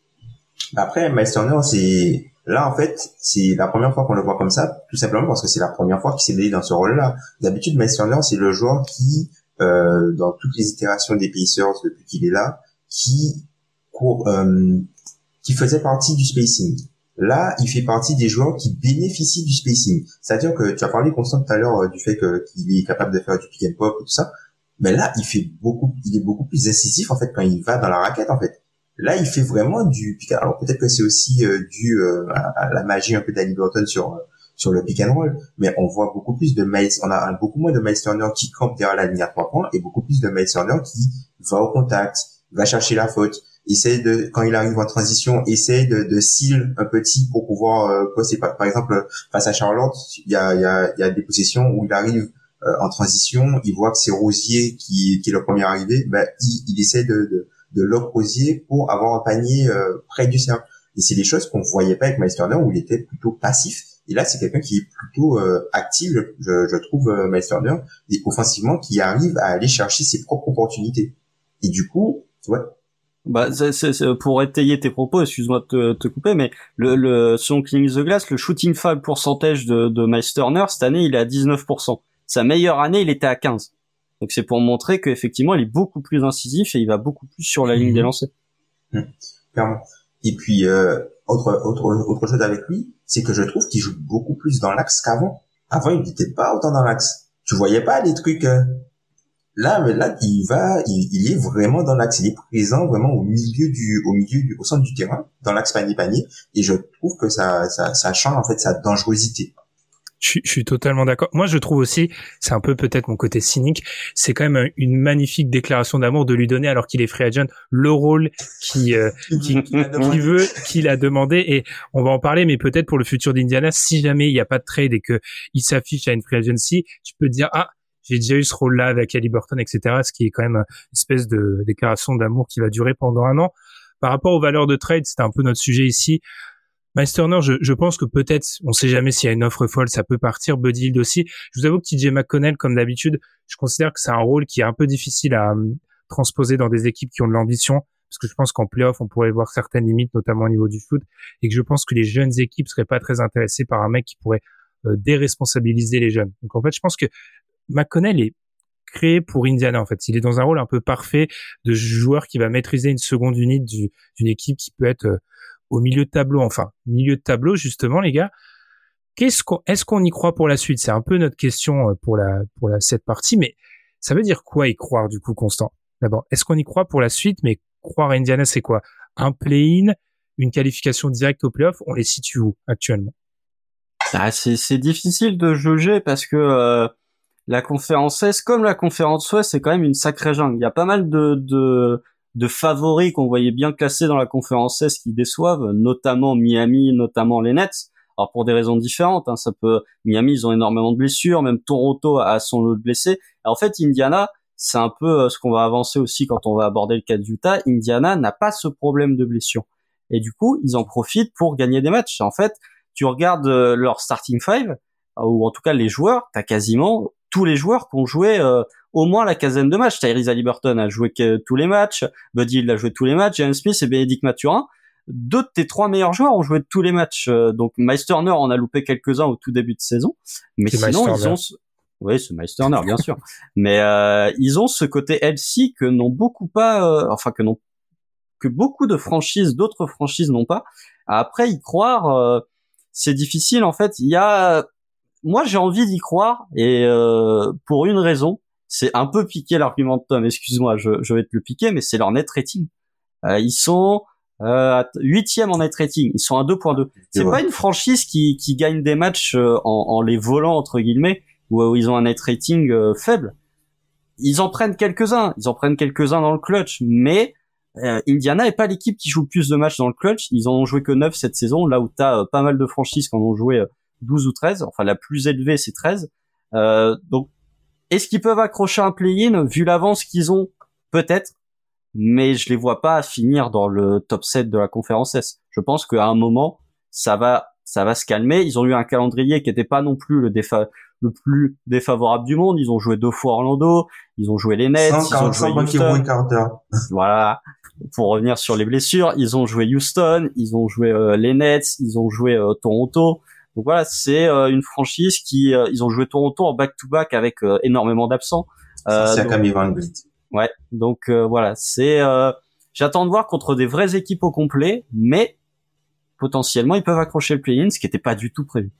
Après, Miles Turner, c'est là en fait, c'est la première fois qu'on le voit comme ça, tout simplement parce que c'est la première fois qu'il s'est mêlé dans ce rôle-là. D'habitude, Miles Turner, c'est le joueur qui, euh, dans toutes les itérations des Pacers depuis qu'il est là, qui court, euh, qui faisait partie du spacing. Là, il fait partie des joueurs qui bénéficient du spacing. C'est-à-dire que tu as parlé, Constant, tout à l'heure, euh, du fait que, qu'il est capable de faire du pick and pop et tout ça. Mais là, il fait beaucoup, il est beaucoup plus incisif, en fait, quand il va dans la raquette, en fait. Là, il fait vraiment du pick and roll. Alors, peut-être que c'est aussi euh, dû euh, à, à la magie un peu d'Haliburton sur, euh, sur le pick and roll. Mais on voit beaucoup plus de Miles, on a beaucoup moins de Miles Turner qui campe derrière la ligne à trois points et beaucoup plus de Miles Turner qui va au contact, va chercher la faute. Essaye de, quand il arrive en transition, essaye de, de seal un petit pour pouvoir, euh, quoi, c'est pas, par exemple, face à Charlotte, il y a, il y a, il y a des possessions où il arrive, euh, en transition, il voit que c'est Rosier qui, qui est le premier arrivé, ben, il, il essaie de, de, de lock Rosier pour avoir un panier, euh, près du cercle. Et c'est des choses qu'on voyait pas avec Miles Turner où il était plutôt passif. Et là, c'est quelqu'un qui est plutôt, euh, actif, je, je trouve, euh, Miles Turner, et offensivement, qui arrive à aller chercher ses propres opportunités. Et du coup, ouais. Bah, c'est, c'est, c'est, pour étayer tes propos, excuse-moi de te, te couper, mais le, le, selon Cleaning the Glass, le shooting foul pourcentage de, de Miles Turner, cette année, il est à dix-neuf pour cent. Sa meilleure année, il était à quinze. Donc c'est pour montrer qu'effectivement, il est beaucoup plus incisif et il va beaucoup plus sur la ligne des lancers. Mmh. Clairement. Et puis, euh, autre, autre, autre chose avec lui, c'est que je trouve qu'il joue beaucoup plus dans l'axe qu'avant. Avant, il n'était pas autant dans l'axe. Tu voyais pas les trucs, euh, Là, mais là, il va, il, il est vraiment dans l'axe. Il est présent vraiment au milieu du, au milieu du, au centre du terrain, dans l'axe panier-panier. Et je trouve que ça, ça, ça change, en fait, sa dangerosité. Je, je suis totalement d'accord. Moi, je trouve aussi, c'est un peu peut-être mon côté cynique, c'est quand même une magnifique déclaration d'amour de lui donner, alors qu'il est free agent, le rôle qui, euh, qui, qui, qui veut, qu'il a demandé. Et on va en parler, mais peut-être pour le futur d'Indiana, si jamais il n'y a pas de trade et que il s'affiche à une free agency, tu peux te dire, ah, j'ai déjà eu ce rôle-là avec Haliburton, et cetera, ce qui est quand même une espèce de déclaration d'amour qui va durer pendant un an. Par rapport aux valeurs de trade, c'était un peu notre sujet ici. Miles Turner, je, je pense que peut-être, on sait jamais s'il y a une offre folle, ça peut partir. Buddy Hield aussi. Je vous avoue que T J McConnell, comme d'habitude, je considère que c'est un rôle qui est un peu difficile à um, transposer dans des équipes qui ont de l'ambition, parce que je pense qu'en play-off, on pourrait voir certaines limites, notamment au niveau du foot, et que je pense que les jeunes équipes seraient pas très intéressées par un mec qui pourrait euh, déresponsabiliser les jeunes. Donc en fait, je pense que McConnell est créé pour Indiana, en fait. Il est dans un rôle un peu parfait de joueur qui va maîtriser une seconde unité du, d'une équipe qui peut être euh, au milieu de tableau, enfin, milieu de tableau, justement, les gars. Qu'est-ce qu'on, est-ce qu'on y croit pour la suite? C'est un peu notre question pour la, pour la, cette partie, mais ça veut dire quoi y croire, du coup, Constant? D'abord, est-ce qu'on y croit pour la suite? Mais croire à Indiana, c'est quoi? Un play-in, une qualification directe au play-off, on les situe où, actuellement? Ah, c'est, c'est difficile de juger parce que, euh, la conférence Est, comme la conférence Ouest, c'est quand même une sacrée jungle. Il y a pas mal de, de, de favoris qu'on voyait bien classés dans la conférence Est qui déçoivent, notamment Miami, notamment les Nets. Alors pour des raisons différentes, hein, ça peut, Miami, ils ont énormément de blessures, même Toronto a son lot de blessés. Et en fait, Indiana, c'est un peu ce qu'on va avancer aussi quand on va aborder le cas d'Utah. Indiana n'a pas ce problème de blessure. Et du coup, ils en profitent pour gagner des matchs. En fait, tu regardes leur starting five, ou en tout cas les joueurs, t'as quasiment tous les joueurs qui ont joué euh, au moins la quinzaine de matchs. Tyrese Haliburton a joué que tous les matchs, Buddy Hield a joué tous les matchs, Jalen Smith et Bénédicte Mathurin. Deux de tes trois meilleurs joueurs ont joué tous les matchs. Euh, donc Miles Turner en a loupé quelques-uns au tout début de saison, mais c'est sinon ils ont, oui, c'est Miles Turner bien sûr, mais euh, ils ont ce côté healthy que n'ont beaucoup pas, euh, enfin que n'ont que beaucoup de franchises, d'autres franchises n'ont pas. Après y croire. Euh, c'est difficile en fait. Il y a, moi j'ai envie d'y croire et euh, pour une raison, c'est un peu piquer l'argument de Tom. Excuse-moi, je, je vais te le piquer, mais c'est leur net rating. Euh, ils sont euh, huitième en net rating. Ils sont à deux virgule deux. C'est ouais. pas une franchise qui, qui gagne des matchs euh, en, en les volant entre guillemets, où, où ils ont un net rating euh, faible. Ils en prennent quelques-uns. Ils en prennent quelques-uns dans le clutch, mais euh, Indiana est pas l'équipe qui joue le plus de matchs dans le clutch. Ils en ont joué que neuf cette saison, là où t'as euh, pas mal de franchises qui en ont joué euh, douze ou treize. Enfin, la plus élevée c'est treize. Euh, donc, est-ce qu'ils peuvent accrocher un play-in vu l'avance qu'ils ont? Peut-être. Mais je les vois pas finir dans le top sept de la conférence S. Je pense qu'à un moment, ça va, ça va se calmer. Ils ont eu un calendrier qui était pas non plus le défa, le plus défavorable du monde. Ils ont joué deux fois Orlando, ils ont joué les Nets, ils ont joué Houston. Voilà. Pour revenir sur les blessures, ils ont joué Houston, ils ont joué euh, les Nets, ils ont joué euh, Toronto. Donc voilà, c'est euh, une franchise qui, euh, ils ont joué Toronto en back-to-back avec euh, énormément d'absents. Euh, c'est donc, Van ouais, donc euh, voilà, c'est. Euh, j'attends de voir contre des vraies équipes au complet, mais potentiellement ils peuvent accrocher le play-in, ce qui n'était pas du tout prévu.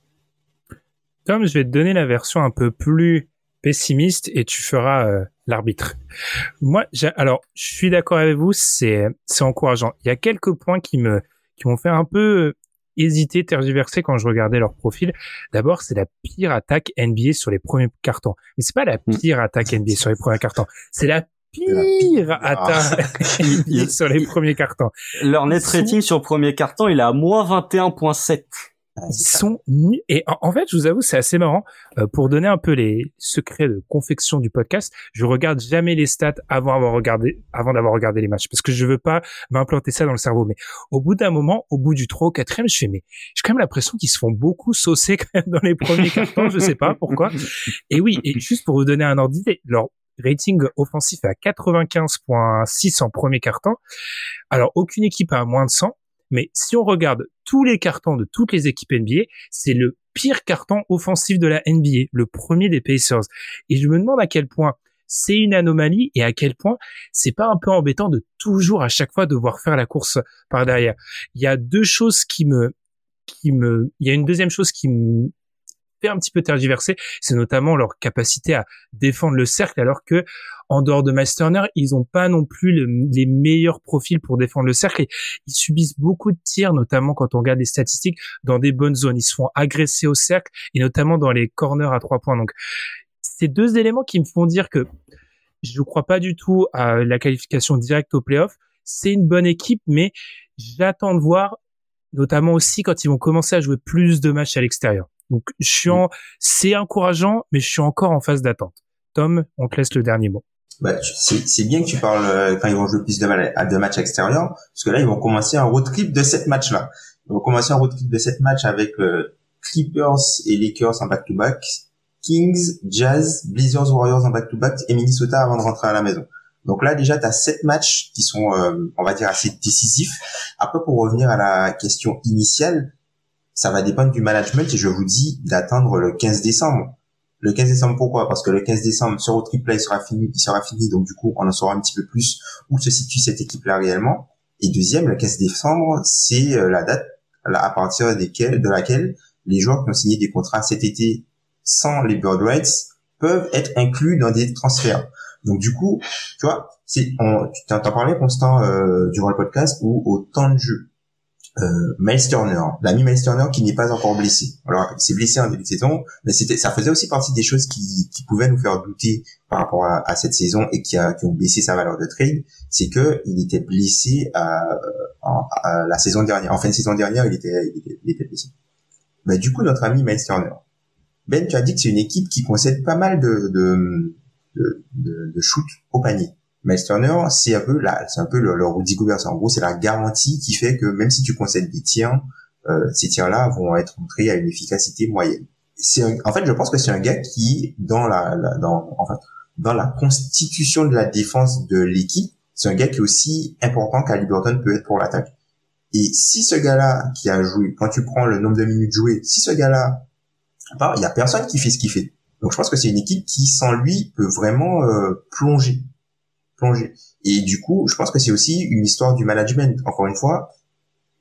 Tom, je vais te donner la version un peu plus pessimiste et tu feras euh, l'arbitre. Moi, j'ai, alors, je suis d'accord avec vous, c'est c'est encourageant. Il y a quelques points qui me qui m'ont fait un peu hésiter, tergiverser quand je regardais leur profil. D'abord, c'est la pire attaque N B A sur les premiers cartons. Mais c'est pas la pire attaque N B A sur les premiers cartons. C'est la pire attaque N B A sur les premiers cartons. Leur net rating sur le premier carton, il est à moins vingt et un virgule sept. Ils sont nuls. Et en, en fait, je vous avoue, c'est assez marrant. Euh, pour donner un peu les secrets de confection du podcast, je regarde jamais les stats avant d'avoir regardé, avant d'avoir regardé les matchs, parce que je veux pas m'implanter ça dans le cerveau. Mais au bout d'un moment, au bout du trois ou quatrième, je fais, mais j'ai quand même l'impression qu'ils se font beaucoup saucer quand même dans les premiers cartons. Je sais pas pourquoi. Et oui, et juste pour vous donner un ordre d'idée, leur rating offensif est à quatre-vingt-quinze virgule six en premier carton. Alors, aucune équipe a moins de cent. Mais si on regarde tous les cartons de toutes les équipes N B A, c'est le pire carton offensif de la N B A, le premier des Pacers. Et je me demande à quel point c'est une anomalie et à quel point c'est pas un peu embêtant de toujours à chaque fois devoir faire la course par derrière. Il y a deux choses qui me, qui me, il y a une deuxième chose qui me fait un petit peu tergiverser, c'est notamment leur capacité à défendre le cercle, alors que en dehors de Miles Turner, ils ont pas non plus le, les meilleurs profils pour défendre le cercle. Et ils subissent beaucoup de tirs, notamment quand on regarde les statistiques, dans des bonnes zones. Ils se font agresser au cercle, et notamment dans les corners à trois points. Donc, c'est deux éléments qui me font dire que je ne crois pas du tout à la qualification directe au playoff. C'est une bonne équipe, mais j'attends de voir, notamment aussi quand ils vont commencer à jouer plus de matchs à l'extérieur. Donc, je suis en, c'est encourageant, mais je suis encore en phase d'attente. Tom, on te laisse le dernier mot. Bah, c'est, c'est bien que tu parles euh, quand ils vont jouer plus de, de matchs extérieurs, parce que là, ils vont commencer un road trip de sept matchs-là. Ils vont commencer un road trip de sept matchs avec euh, Clippers et Lakers en back-to-back, Kings, Jazz, Blazers, Warriors en back-to-back et Minnesota avant de rentrer à la maison. Donc là, déjà, tu as sept matchs qui sont, euh, on va dire, assez décisifs. Après, pour revenir à la question initiale, ça va dépendre du management et je vous dis d'attendre le quinze décembre. Le quinze décembre, pourquoi? Parce que le quinze décembre, ce road trip-là, il sera fini, il sera fini, donc du coup, on en saura un petit peu plus où se situe cette équipe-là réellement. Et deuxième, le quinze décembre, c'est la date à partir desquelles, de laquelle les joueurs qui ont signé des contrats cet été sans les bird rights peuvent être inclus dans des transferts. Donc du coup, tu vois, c'est, on, tu t'en parlais, Constant, euh, durant le podcast, où au temps de jeu, Euh, Miles Turner, l'ami Miles Turner qui n'est pas encore blessé. Alors, il s'est blessé en début de saison, mais c'était, ça faisait aussi partie des choses qui, qui pouvaient nous faire douter par rapport à, à cette saison et qui, a, qui ont baissé sa valeur de trade. C'est que il était blessé à, à, à la saison dernière. En fin de saison dernière, il était, il était, il était blessé. Mais du coup, notre ami Miles Turner. Ben, tu as dit que c'est une équipe qui concède pas mal de, de, de, de, de shoot au panier. Miles Turner, c'est un peu là, c'est un peu le, le Rudy Gobert. En gros, c'est la garantie qui fait que même si tu concèdes des tirs, euh, ces tirs-là vont être montrés à une efficacité moyenne. C'est un, en fait, je pense que c'est un gars qui, dans la, la dans, enfin, dans la constitution de la défense de l'équipe, c'est un gars qui est aussi important qu'Haliburton peut être pour l'attaque. Et si ce gars-là qui a joué, quand tu prends le nombre de minutes jouées, si ce gars-là, il y a personne qui fait ce qu'il fait. Donc, je pense que c'est une équipe qui, sans lui, peut vraiment euh, plonger. plonger. Et du coup, je pense que c'est aussi une histoire du management. Encore une fois,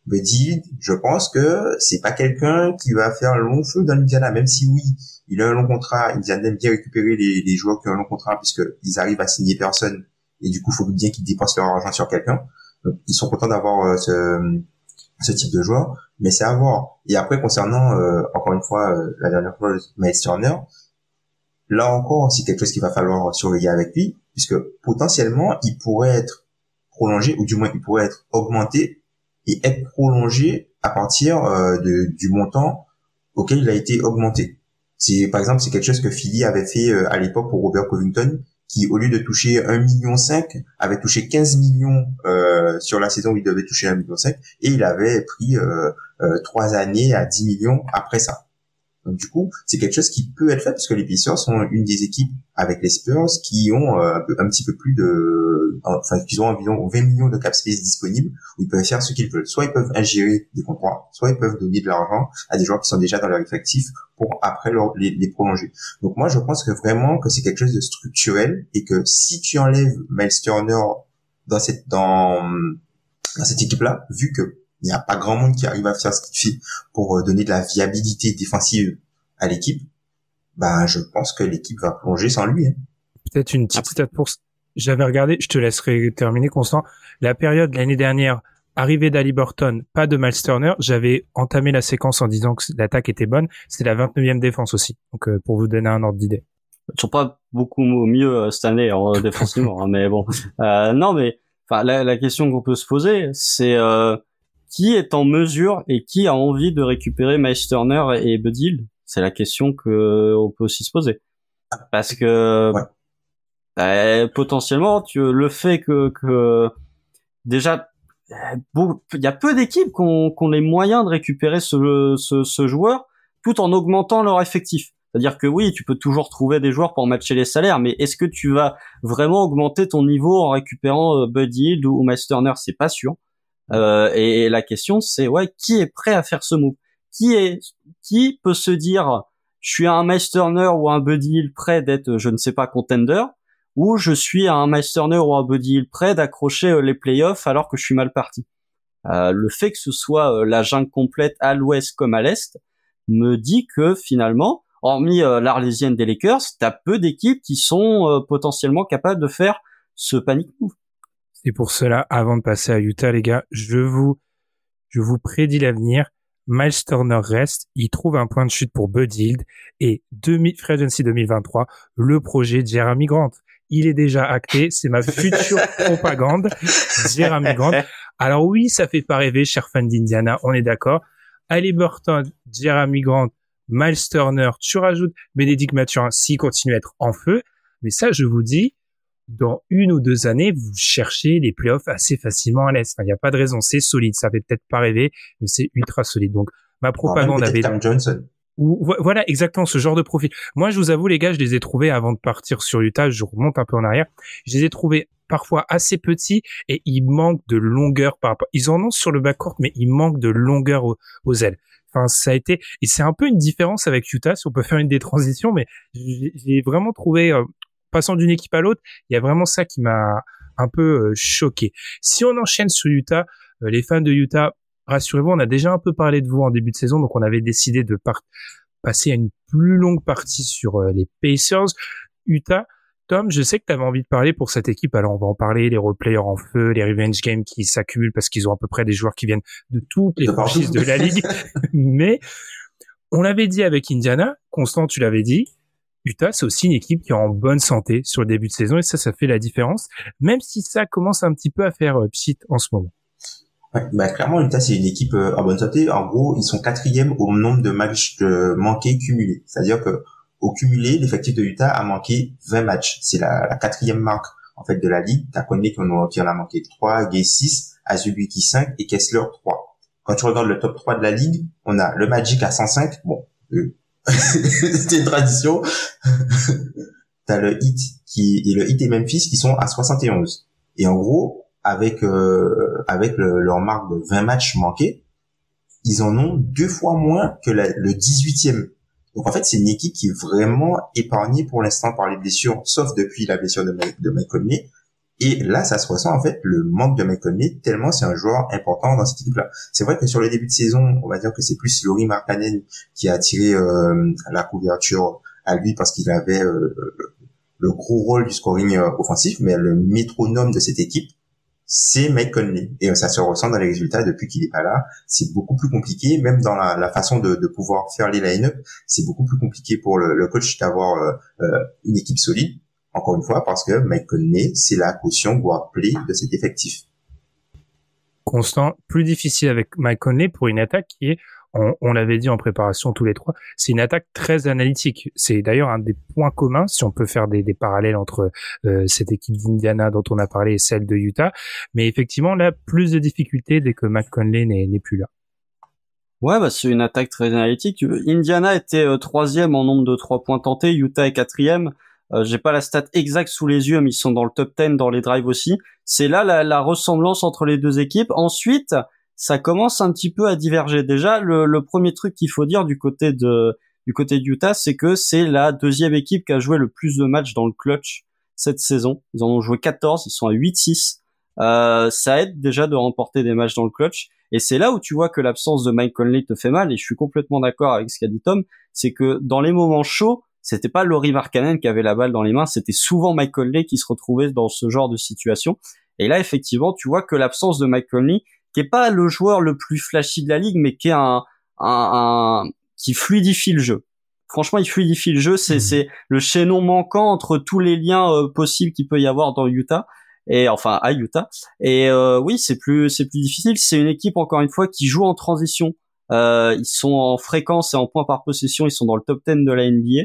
Buddy, je pense que c'est pas quelqu'un qui va faire un long feu dans l'Indiana, même si oui, il a un long contrat. Indiana aime bien récupérer les, les joueurs qui ont un long contrat puisque ils arrivent à signer personne et du coup, il faut bien qu'ils dépensent leur argent sur quelqu'un. Donc, ils sont contents d'avoir euh, ce, ce type de joueur, mais c'est à voir. Et après, concernant euh, encore une fois euh, la dernière fois, Miles Turner, là encore, c'est quelque chose qu'il va falloir surveiller avec lui, puisque potentiellement, il pourrait être prolongé, ou du moins, il pourrait être augmenté et être prolongé à partir euh, de, du montant auquel il a été augmenté. C'est, par exemple, c'est quelque chose que Philly avait fait euh, à l'époque pour Robert Covington, qui, au lieu de toucher un virgule cinq million, avait touché quinze millions euh, sur la saison où il devait toucher un virgule cinq million, et il avait pris euh, euh, trois années à dix millions après ça. Donc du coup, c'est quelque chose qui peut être fait parce que les Pacers sont une des équipes avec les Spurs qui ont euh, un, peu, un petit peu plus de, enfin, qui ont environ vingt millions de cap space disponibles où ils peuvent faire ce qu'ils veulent. Soit ils peuvent ingérer des contrats, soit ils peuvent donner de l'argent à des joueurs qui sont déjà dans leur effectif pour après leur, les, les prolonger. Donc moi, je pense que vraiment que c'est quelque chose de structurel et que si tu enlèves Miles Turner dans cette dans dans cette équipe-là, vu que il n'y a pas grand monde qui arrive à faire ce qu'il fait pour donner de la viabilité défensive à l'équipe, bah, je pense que l'équipe va plonger sans lui. Hein. Peut-être une petite stat pour... J'avais regardé, je te laisserai terminer, Constant. La période l'année dernière, arrivée d'Haliburton, pas de Miles Turner, j'avais entamé la séquence en disant que l'attaque était bonne. C'est la vingt-neuvième défense aussi. Donc, euh, pour vous donner un ordre d'idée. Ils sont pas beaucoup mieux euh, cette année, hein, défensivement, hein, mais bon. Euh, non, mais, enfin, la, la question qu'on peut se poser, c'est, euh, qui est en mesure et qui a envie de récupérer Miles Turner et Buddy Hield? C'est la question que on peut aussi se poser. Parce que ouais. bah, potentiellement, tu, le fait que, que déjà, bon, il y a peu d'équipes qui ont, qui ont les moyens de récupérer ce, ce, ce joueur tout en augmentant leur effectif. C'est-à-dire que oui, tu peux toujours trouver des joueurs pour matcher les salaires, mais est-ce que tu vas vraiment augmenter ton niveau en récupérant Buddy Hield ou, ou Miles Turner? C'est pas sûr. Euh, et, et la question c'est ouais, qui est prêt à faire ce move? Qui est qui peut se dire je suis un Miles Turner ou un Buddy Hield prêt d'être je ne sais pas contender, ou je suis un Miles Turner ou un Buddy Hield prêt d'accrocher les playoffs alors que je suis mal parti. Euh, le fait que ce soit euh, la jungle complète à l'ouest comme à l'est me dit que finalement, hormis euh, l'Arlésienne des Lakers, t'as peu d'équipes qui sont euh, potentiellement capables de faire ce panic move. Et pour cela, avant de passer à Utah, les gars, je vous, je vous prédis l'avenir. Miles Turner reste, il trouve un point de chute pour Buddy Hield et demi, Free Agency deux mille vingt-trois, le projet Jerami Grant. Il est déjà acté, c'est ma future propagande, Jerami Grant. Alors oui, ça fait pas rêver, chers fans d'Indiana, on est d'accord. Haliburton, Jerami Grant, Miles Turner, tu rajoutes Bénédicte Mathurin s'il continue à être en feu. Mais ça, je vous dis, dans une ou deux années, vous cherchez les playoffs assez facilement à l'Est. Enfin, il n'y a pas de raison, c'est solide. Ça fait peut-être pas rêver, mais c'est ultra solide. Donc, ma propagande avait... Cam Johnson. Ou, voilà, exactement, ce genre de profil. Moi, je vous avoue, les gars, je les ai trouvés avant de partir sur Utah. Je remonte un peu en arrière. Je les ai trouvés parfois assez petits et ils manquent de longueur par rapport... Ils en ont sur le backcourt, mais ils manquent de longueur aux, aux ailes. Enfin, ça a été... Et c'est un peu une différence avec Utah, si on peut faire une des transitions, mais j'ai, j'ai vraiment trouvé... Euh, passant d'une équipe à l'autre, il y a vraiment ça qui m'a un peu euh, choqué. Si on enchaîne sur Utah, euh, les fans de Utah, rassurez-vous, on a déjà un peu parlé de vous en début de saison, donc on avait décidé de par- passer à une plus longue partie sur euh, les Pacers. Utah, Tom, je sais que tu avais envie de parler pour cette équipe, alors on va en parler, les role-players en feu, les revenge games qui s'accumulent parce qu'ils ont à peu près des joueurs qui viennent de toutes les franchises de la ligue, mais on l'avait dit avec Indiana, Constant, tu l'avais dit, Utah, c'est aussi une équipe qui est en bonne santé sur le début de saison et ça, ça fait la différence, même si ça commence un petit peu à faire euh, pchit en ce moment. Ouais, bah clairement, Utah, c'est une équipe euh, en bonne santé. En gros, ils sont quatrième au nombre de matchs de manqués cumulés. C'est-à-dire que au cumulé, l'effectif de Utah a manqué vingt matchs. C'est la, la quatrième marque en fait de la ligue. T'as Conley qui en, qui en a manqué trois, Gay six, Azubuike cinq et Kessler trois. Quand tu regardes le top trois de la ligue, on a le Magic à cent cinq. Bon, euh, c'était une tradition. T'as le Heat qui et le Heat et Memphis qui sont à soixante et onze. Et en gros, avec euh, avec le, leur marque de vingt matchs manqués, ils en ont deux fois moins que la, le dix-huitième. Donc en fait, c'est une équipe qui est vraiment épargnée pour l'instant par les blessures, sauf depuis la blessure de Mike, de Mike Conley. Et là, ça se ressent en fait le manque de Mike Conley, tellement c'est un joueur important dans cette équipe-là. C'est vrai que sur le début de saison, on va dire que c'est plus Lauri Markkanen qui a attiré euh, la couverture à lui parce qu'il avait euh, le gros rôle du scoring euh, offensif, mais le métronome de cette équipe, c'est Mike Conley. Et ça se ressent dans les résultats depuis qu'il est pas là. C'est beaucoup plus compliqué, même dans la, la façon de, de pouvoir faire les line-up, c'est beaucoup plus compliqué pour le, le coach d'avoir euh, euh, une équipe solide. Encore une fois, parce que Mike Conley, c'est la caution guard play de cet effectif. Constant, plus difficile avec Mike Conley pour une attaque qui est, on, on l'avait dit en préparation tous les trois, c'est une attaque très analytique. C'est d'ailleurs un des points communs, si on peut faire des, des parallèles entre euh, cette équipe d'Indiana dont on a parlé et celle de Utah. Mais effectivement, là, plus de difficultés dès que Mike Conley n'est, n'est plus là. Ouais, bah c'est une attaque très analytique. Indiana était euh, troisième en nombre de trois points tentés, Utah est quatrième. Euh, j'ai pas la stat exacte sous les yeux, mais ils sont dans le top dix dans les drives aussi. C'est là la, la ressemblance entre les deux équipes. Ensuite, ça commence un petit peu à diverger. Déjà, le, le premier truc qu'il faut dire du côté de du côté d'Utah, c'est que c'est la deuxième équipe qui a joué le plus de matchs dans le clutch cette saison. Ils en ont joué quatorze, ils sont à huit six. Euh, ça aide déjà de remporter des matchs dans le clutch. Et c'est là où tu vois que l'absence de Mike Conley te fait mal. Et je suis complètement d'accord avec ce qu'a dit Tom. C'est que dans les moments chauds, c'était pas Lauri Markkanen qui avait la balle dans les mains, c'était souvent Mike Conley qui se retrouvait dans ce genre de situation. Et là, effectivement, tu vois que l'absence de Mike Conley, qui est pas le joueur le plus flashy de la ligue, mais qui est un, un, un qui fluidifie le jeu. Franchement, il fluidifie le jeu. C'est, mmh. c'est le chaînon manquant entre tous les liens euh, possibles qu'il peut y avoir dans Utah. Et enfin à Utah. Et euh, oui, c'est plus, c'est plus difficile. C'est une équipe encore une fois qui joue en transition. Euh, ils sont en fréquence et en points par possession. Ils sont dans le top dix de la N B A.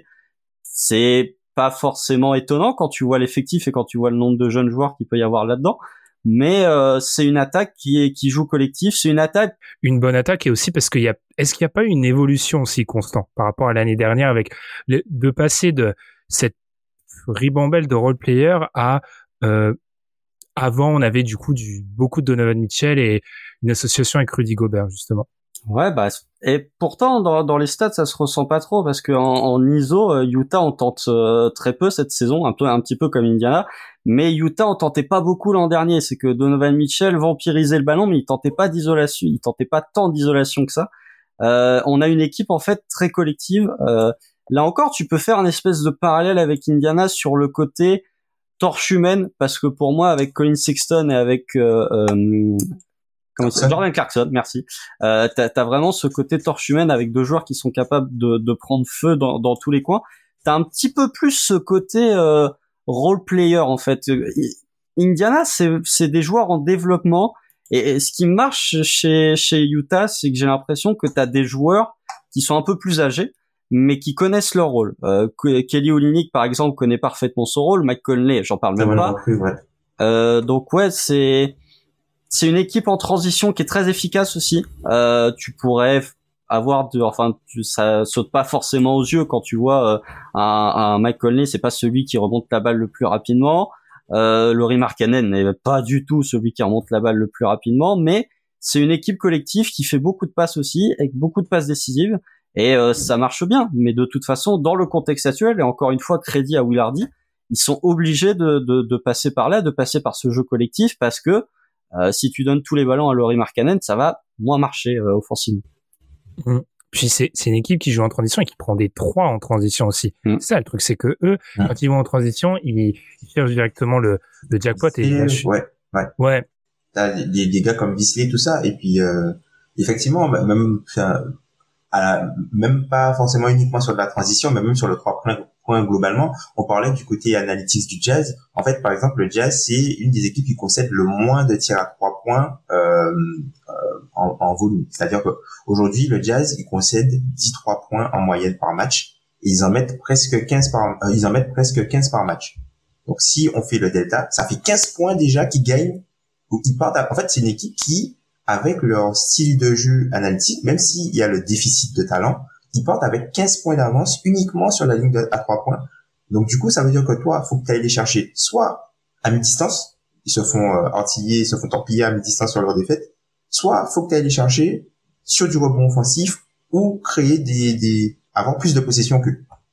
C'est pas forcément étonnant quand tu vois l'effectif et quand tu vois le nombre de jeunes joueurs qu'il peut y avoir là-dedans, mais euh, c'est une attaque qui est qui joue collectif, c'est une attaque une bonne attaque. Et aussi parce qu'il y a, est-ce qu'il n'y a pas eu une évolution aussi constante par rapport à l'année dernière avec le, de passer de cette ribambelle de role player à euh, avant on avait du coup du beaucoup de Donovan Mitchell et une association avec Rudy Gobert justement. Ouais, bah, et pourtant, dans, dans les stats, ça se ressent pas trop, parce que en, en I S O, Utah, on tente euh, très peu cette saison, un peu, un petit peu comme Indiana, mais Utah, on tentait pas beaucoup l'an dernier. C'est que Donovan Mitchell vampirisait le ballon, mais il tentait pas d'isolation, il tentait pas tant d'isolation que ça. Euh, on a une équipe, en fait, très collective. Euh, là encore, tu peux faire un espèce de parallèle avec Indiana sur le côté torche humaine, parce que pour moi, avec Colin Sexton et avec, euh, euh, Comment c'est Jordan Clarkson, merci. Euh, t'as, t'as vraiment ce côté torche humaine avec deux joueurs qui sont capables de, de prendre feu dans, dans tous les coins. T'as un petit peu plus ce côté euh, role player en fait. Indiana, c'est, c'est des joueurs en développement et, et ce qui marche chez, chez Utah, c'est que j'ai l'impression que t'as des joueurs qui sont un peu plus âgés, mais qui connaissent leur rôle. Euh, Kelly Olynyk, par exemple, connaît parfaitement son rôle. Mike Conley, j'en parle même pas. Plus, ouais. Euh, donc ouais, c'est C'est une équipe en transition qui est très efficace aussi. Euh, tu pourrais avoir de, enfin, tu, ça saute pas forcément aux yeux quand tu vois euh, un, un Mike Conley, c'est pas celui qui remonte la balle le plus rapidement. Euh, Lauri Markkanen n'est pas du tout celui qui remonte la balle le plus rapidement, mais c'est une équipe collective qui fait beaucoup de passes aussi, avec beaucoup de passes décisives, et euh, ça marche bien. Mais de toute façon, dans le contexte actuel, et encore une fois, crédit à Will Hardy, ils sont obligés de, de, de passer par là, de passer par ce jeu collectif, parce que Euh, si tu donnes tous les ballons à Lauri Markkanen, ça va moins marcher euh, offensivement. Mmh. Puis c'est, c'est une équipe qui joue en transition et qui prend des trois en transition aussi. Mmh. C'est ça le truc, c'est que eux, mmh. quand ils vont en transition, ils, ils cherchent directement le, le jackpot et, et ils lâchent. Ouais, ouais. Ouais. T'as des, des gars comme Beasley, tout ça, et puis euh, effectivement, même, enfin, à la, même pas forcément uniquement sur de la transition, mais même sur le trois points. Point globalement, on parlait du côté analytics du Jazz. En fait, par exemple, le Jazz, c'est une des équipes qui concède le moins de tirs à trois points euh, euh, en, en volume. C'est-à-dire que aujourd'hui, le Jazz, il concède dix trois points en moyenne par match et ils en mettent presque quinze par euh, ils en mettent presque quinze par match. Donc si on fait le delta, ça fait quinze points déjà qu'ils gagnent ou ils partent à... En fait, c'est une équipe qui, avec leur style de jeu analytique, même s'il y a le déficit de talent, ils partent avec quinze points d'avance uniquement sur la ligne de, à trois points. Donc du coup, ça veut dire que toi, faut que tu ailles les chercher soit à mi-distance, ils se font euh, artiller, ils se font torpiller à mi-distance sur leur défaite, soit faut que tu ailles les chercher sur du rebond offensif ou créer des, des avoir plus de possession qu'eux.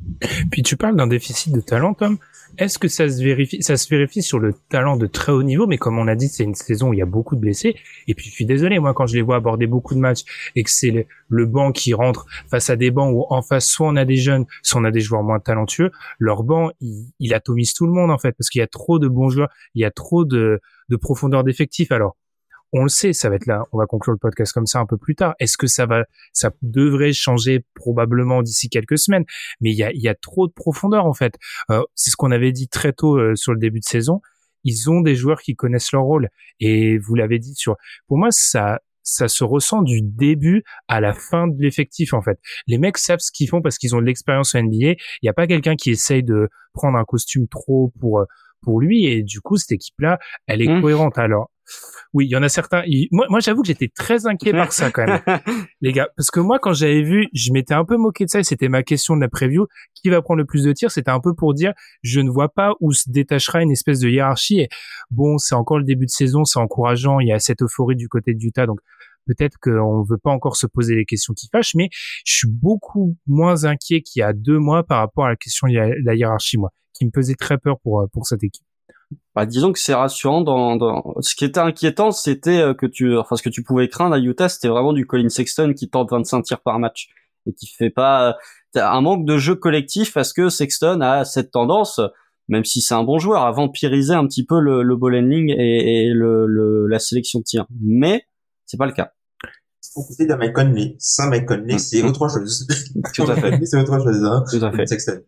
Puis tu parles d'un déficit de talent, Tom. Est-ce que ça se vérifie, ça se vérifie sur le talent de très haut niveau, mais comme on a dit, c'est une saison où il y a beaucoup de blessés. Et puis je suis désolé, moi quand je les vois aborder beaucoup de matchs et que c'est le, le banc qui rentre face à des bancs où en face soit on a des jeunes, soit on a des joueurs moins talentueux, leur banc il, il atomise tout le monde en fait, parce qu'il y a trop de bons joueurs, il y a trop de, de profondeur d'effectifs. Alors on le sait, ça va être là. On va conclure le podcast comme ça un peu plus tard. Est-ce que ça va, ça devrait changer probablement d'ici quelques semaines. Mais il y a, il y a trop de profondeur en fait. Euh, c'est ce qu'on avait dit très tôt euh, sur le début de saison. Ils ont des joueurs qui connaissent leur rôle. Et vous l'avez dit sur. Pour moi, ça, ça se ressent du début à la fin de l'effectif en fait. Les mecs savent ce qu'ils font parce qu'ils ont de l'expérience en N B A. Il y a pas quelqu'un qui essaye de prendre un costume trop pour pour lui. Et du coup, cette équipe-là, elle est mmh. cohérente. Alors. Oui, il y en a certains. Il... Moi, moi, j'avoue que j'étais très inquiet par ça quand même, les gars, parce que moi, quand j'avais vu, je m'étais un peu moqué de ça. Et c'était ma question de la preview. Qui va prendre le plus de tirs? C'était un peu pour dire, je ne vois pas où se détachera une espèce de hiérarchie. Et bon, c'est encore le début de saison, c'est encourageant. Il y a cette euphorie du côté de Utah, donc peut-être qu'on ne veut pas encore se poser les questions qui fâchent. Mais je suis beaucoup moins inquiet qu'il y a deux mois par rapport à la question de la hiérarchie, moi, qui me faisait très peur pour pour cette équipe. Bah, disons que c'est rassurant dans, dans, ce qui était inquiétant, c'était que tu, enfin, ce que tu pouvais craindre à Utah, c'était vraiment du Colin Sexton qui tente vingt-cinq tirs par match et qui fait pas, un manque de jeu collectif parce que Sexton a cette tendance, même si c'est un bon joueur, à vampiriser un petit peu le, le ball handling et, et le, le, la sélection de tir. Mais, c'est pas le cas. Au côté d'un Mike Conley. Sans Mike Conley, c'est autre chose. Tout à fait. C'est autre chose, hein. Tout à fait. Sexton.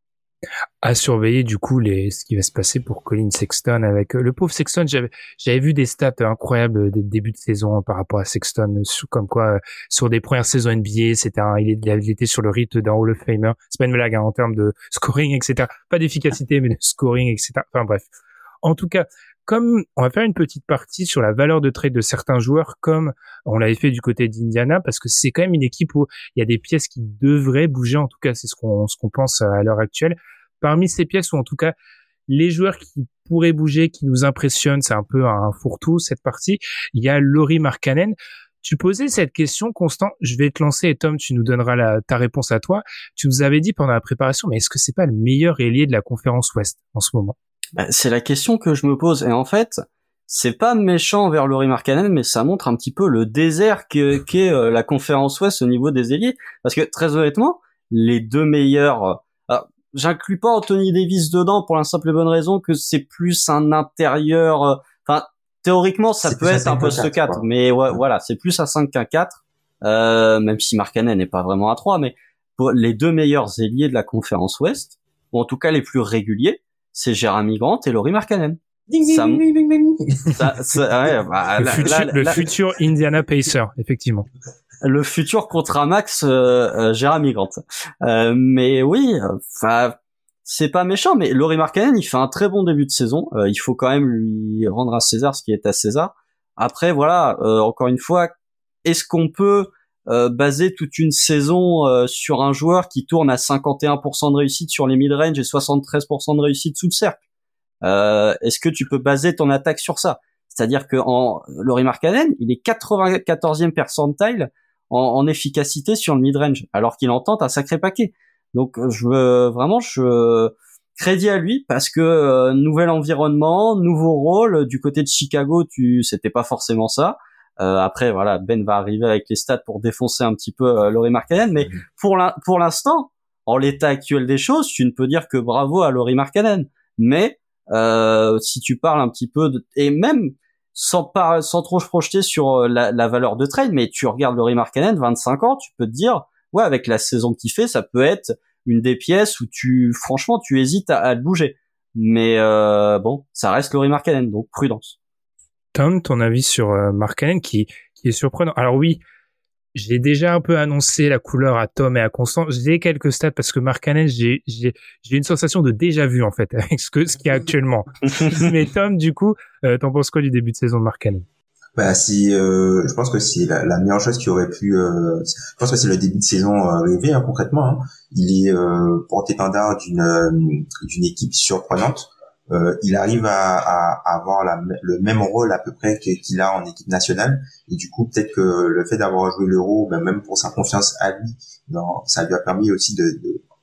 À surveiller du coup les ce qui va se passer pour Colin Sexton avec euh, le pauvre Sexton. J'avais j'avais vu des stats incroyables des débuts de saison par rapport à Sexton, comme quoi euh, sur des premières saisons N B A, c'était un, il, est, il était sur le rythme d'un Hall of Famer. C'est pas une blague hein, en termes de scoring, et cetera. Pas d'efficacité mais de scoring, et cetera. Enfin bref. En tout cas, comme on va faire une petite partie sur la valeur de trade de certains joueurs, comme on l'avait fait du côté d'Indiana, parce que c'est quand même une équipe où il y a des pièces qui devraient bouger. En tout cas, c'est ce qu'on ce qu'on pense à l'heure actuelle. Parmi ces pièces, ou en tout cas les joueurs qui pourraient bouger, qui nous impressionnent, c'est un peu un fourre-tout cette partie, il y a Lauri Markkanen. Tu posais cette question, Constant, je vais te lancer et Tom, tu nous donneras la, ta réponse à toi. Tu nous avais dit pendant la préparation, mais est-ce que c'est pas le meilleur ailier de la conférence Ouest en ce moment? Bah, c'est la question que je me pose. Et en fait, c'est pas méchant envers Lauri Markkanen, mais ça montre un petit peu le désert qu'est, qu'est euh, la conférence Ouest au niveau des ailiers. Parce que très honnêtement, les deux meilleurs... Euh, alors, j'inclus pas Anthony Davis dedans pour la simple et bonne raison que c'est plus un intérieur. Enfin, euh, théoriquement, ça c'est peut être un poste quatre, mais ouais, ouais, voilà, c'est plus un cinq qu'un quatre. Euh, même si Markkanen n'est pas vraiment à trois, mais pour les deux meilleurs ailiers de la conférence Ouest, ou en tout cas les plus réguliers, c'est Jeremy Grant et Lauri Markkanen. Ding, ding, ça, ding, ding, ding. Ça, ça, ouais, bah, le, la, futur, la, le la, futur Indiana Pacer, effectivement. Le futur contrat max, euh, euh, Jeremy Grant. Euh, mais oui, enfin, c'est pas méchant, mais Lauri Markkanen, il fait un très bon début de saison. Euh, il faut quand même lui rendre à César ce qui est à César. Après, voilà, euh, encore une fois, est-ce qu'on peut euh, baser toute une saison euh, sur un joueur qui tourne à cinquante et un pour cent de réussite sur les mid-range et soixante-treize pour cent de réussite sous le cercle? Euh, est-ce que tu peux baser ton attaque sur ça? C'est-à-dire que en Lauri Markkanen, il est quatre-vingt-quatorzième percentile en, en efficacité sur le mid-range, alors qu'il en tente un sacré paquet. Donc, je veux vraiment, je crédit à lui parce que euh, nouvel environnement, nouveau rôle. Du côté de Chicago, tu, c'était pas forcément ça. Euh, après, voilà, Ben va arriver avec les stats pour défoncer un petit peu euh, Lauri Markkanen, mais mmh. pour la, pour l'instant, en l'état actuel des choses, tu ne peux dire que bravo à Lauri Markkanen. Mais euh, si tu parles un petit peu de, et même sans par, sans trop se projeter sur la, la valeur de trade, mais tu regardes Lauri Markkanen, vingt-cinq ans, tu peux te dire, ouais, avec la saison qu'il fait, ça peut être une des pièces où tu, franchement, tu hésites à, à le bouger. Mais euh, bon, ça reste Lauri Markkanen, donc prudence. Tom, ton avis sur euh, Markkanen qui, qui est surprenant. Alors oui, j'ai déjà un peu annoncé la couleur à Tom et à Constant. J'ai quelques stats parce que Markkanen, j'ai, j'ai, j'ai une sensation de déjà vu en fait avec ce que ce qu'il y a actuellement. Mais Tom, du coup, euh, t'en penses quoi du début de saison de Markkanen? Bah si, euh, je pense que c'est la, la meilleure chose qui aurait pu. Euh, je pense que c'est le début de saison euh, rêvé hein, concrètement. Hein. Il est euh, porte-étendard d'une euh, d'une équipe surprenante. Euh, il arrive à, à avoir la, le même rôle à peu près qu'il a en équipe nationale et du coup peut-être que le fait d'avoir joué l'Euro, ben même pour sa confiance à lui, non, ça lui a permis aussi de, de,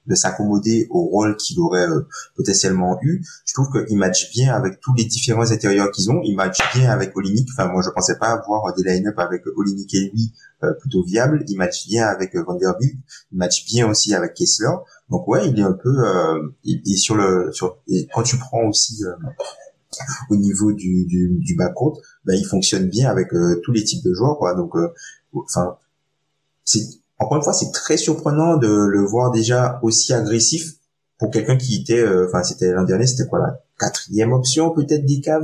de s'accommoder au rôle qu'il aurait euh, potentiellement eu. Je trouve qu'il match bien avec tous les différents intérieurs qu'ils ont. Il match bien avec Olynyk. Enfin, moi, je pensais pas avoir des line-up avec Olynyk et lui euh, plutôt viable. Il match bien avec euh, Vanderbilt. Il match bien aussi avec Kessler. Donc ouais, il est un peu euh, il, il est sur le sur et quand tu prends aussi euh, au niveau du du, du backcourt, ben il fonctionne bien avec euh, tous les types de joueurs quoi. Donc enfin euh, c'est encore une fois, c'est très surprenant de le voir déjà aussi agressif pour quelqu'un qui était, enfin, euh, c'était l'an dernier, c'était quoi la quatrième option peut-être des Cavs.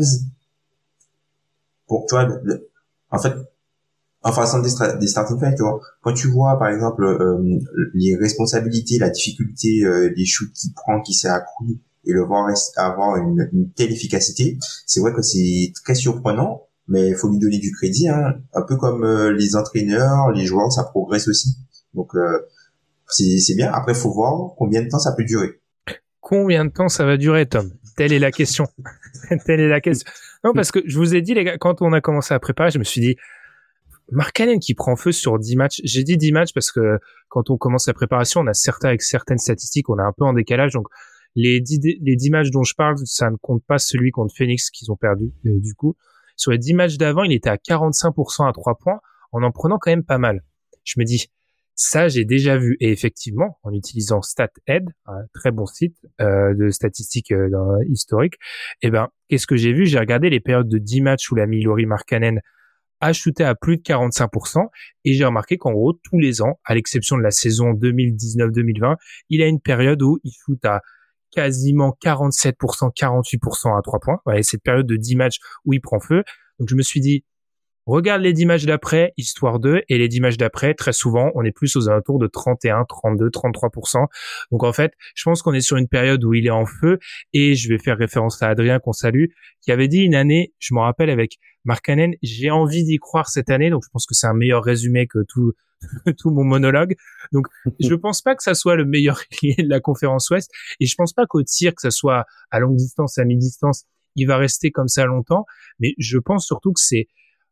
Pour toi, le, le, en fait, en façon des, des starting five, tu vois, quand tu vois par exemple euh, les responsabilités, la difficulté, euh, les shoots qu'il prend, qui s'est accru, et le voir avoir une, une telle efficacité, c'est vrai que c'est très surprenant. Mais il faut lui donner du crédit, hein. Un peu comme euh, les entraîneurs, les joueurs, ça progresse aussi. Donc euh, c'est c'est bien. Après, faut voir combien de temps ça peut durer. Combien de temps ça va durer, Tom? Telle est la question. Telle est la question. Non, parce que je vous ai dit, les gars, quand on a commencé à préparer, je me suis dit, Markkanen qui prend feu sur dix matchs. J'ai dit dix matchs parce que quand on commence la préparation, on a certains avec certaines statistiques, on est un peu en décalage. Donc les dix les dix matchs dont je parle, ça ne compte pas celui contre Phoenix qu'ils ont perdu. Et du coup, sur les dix matchs d'avant, il était à quarante-cinq pour cent à trois points, en en prenant quand même pas mal. Je me dis, ça, j'ai déjà vu. Et effectivement, en utilisant StatHead, un très bon site euh, de statistiques euh, historiques, eh ben, qu'est-ce que j'ai vu? J'ai regardé les périodes de dix matchs où l'ami Lauri Markkanen a shooté à plus de quarante-cinq pour cent, et j'ai remarqué qu'en gros, tous les ans, à l'exception de la saison deux mille dix-neuf deux mille vingt, il a une période où il shoot à quasiment quarante-sept pour cent, quarante-huit pour cent à trois points. Voilà, cette période de dix matchs où il prend feu. Donc je me suis dit, regarde les dix matchs d'après, histoire de, et les dix matchs d'après, très souvent, on est plus aux alentours de trente et un, trente-deux, trente-trois pour cent. Donc en fait, je pense qu'on est sur une période où il est en feu, et je vais faire référence à Adrien qu'on salue, qui avait dit une année, je me rappelle avec Markkanen, j'ai envie d'y croire cette année, donc je pense que c'est un meilleur résumé que tout tout mon monologue. Donc je pense pas que ça soit le meilleur ailier de la conférence Ouest, et je pense pas qu'au tir, que ça soit à longue distance, à mi-distance, il va rester comme ça longtemps, mais je pense surtout que c'est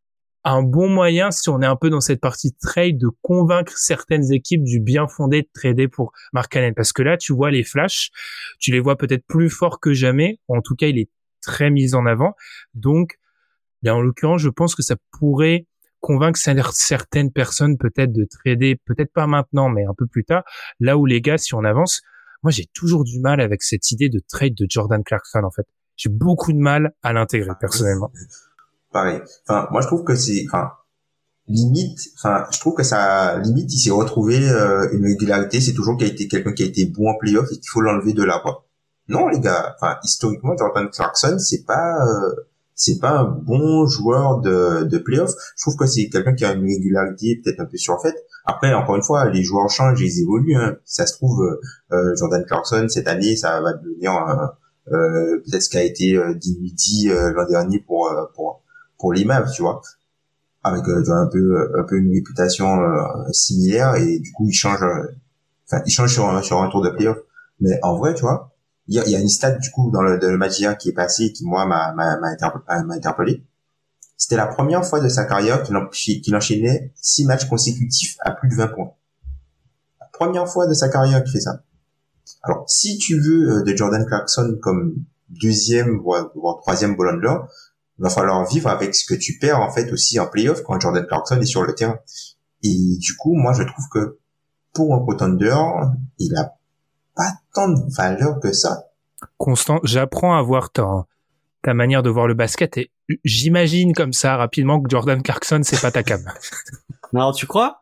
un bon moyen, si on est un peu dans cette partie de trade, de convaincre certaines équipes du bien fondé de trader pour Markkanen. Parce que là, tu vois les flashs, tu les vois peut-être plus forts que jamais. En tout cas, il est très mis en avant. Donc, bien, en l'occurrence, je pense que ça pourrait convaincre certaines personnes peut-être de trader, peut-être pas maintenant, mais un peu plus tard. Là où les gars, si on avance, moi, j'ai toujours du mal avec cette idée de trade de Jordan Clarkson, en fait. J'ai beaucoup de mal à l'intégrer, personnellement. Pareil. Enfin, moi, je trouve que c'est, enfin, limite, enfin, je trouve que ça, limite, il s'est retrouvé euh, une régularité. C'est toujours qu'il a été quelqu'un qui a été bon en playoff et qu'il faut l'enlever de là, quoi. Non, les gars. Enfin, historiquement, Jordan Clarkson, c'est pas, euh, c'est pas un bon joueur de, de playoff. Je trouve que c'est quelqu'un qui a une régularité peut-être un peu surfaite. Après, encore une fois, les joueurs changent, ils évoluent. Hein. Si ça se trouve, euh, Jordan Clarkson cette année, ça va devenir euh, euh, peut-être ce qu'a été euh, Dinwiddie euh, l'an dernier pour euh, pour pour les Mavs, tu vois, avec euh, un peu un peu une réputation euh, similaire, et du coup il change, enfin euh, il change sur un, sur un tour de playoff. Mais en vrai, tu vois, il y a, y a une stat du coup dans le, dans le match hier qui est passé, qui moi m'a m'a m'a interpellé, m'a interpellé. C'était la première fois de sa carrière qu'il, en, qu'il enchaînait six matchs consécutifs à plus de vingt points. La première fois de sa carrière qu'il fait ça. Alors si tu veux euh, de Jordan Clarkson comme deuxième voire, voire troisième ball handler, il va falloir vivre avec ce que tu perds en fait aussi en playoff quand Jordan Clarkson est sur le terrain. Et du coup, moi je trouve que pour un contender, il a pas tant de valeur que ça. Constant, j'apprends à voir ta, ta manière de voir le basket, et j'imagine comme ça rapidement que Jordan Clarkson c'est pas ta cam. Non, tu crois?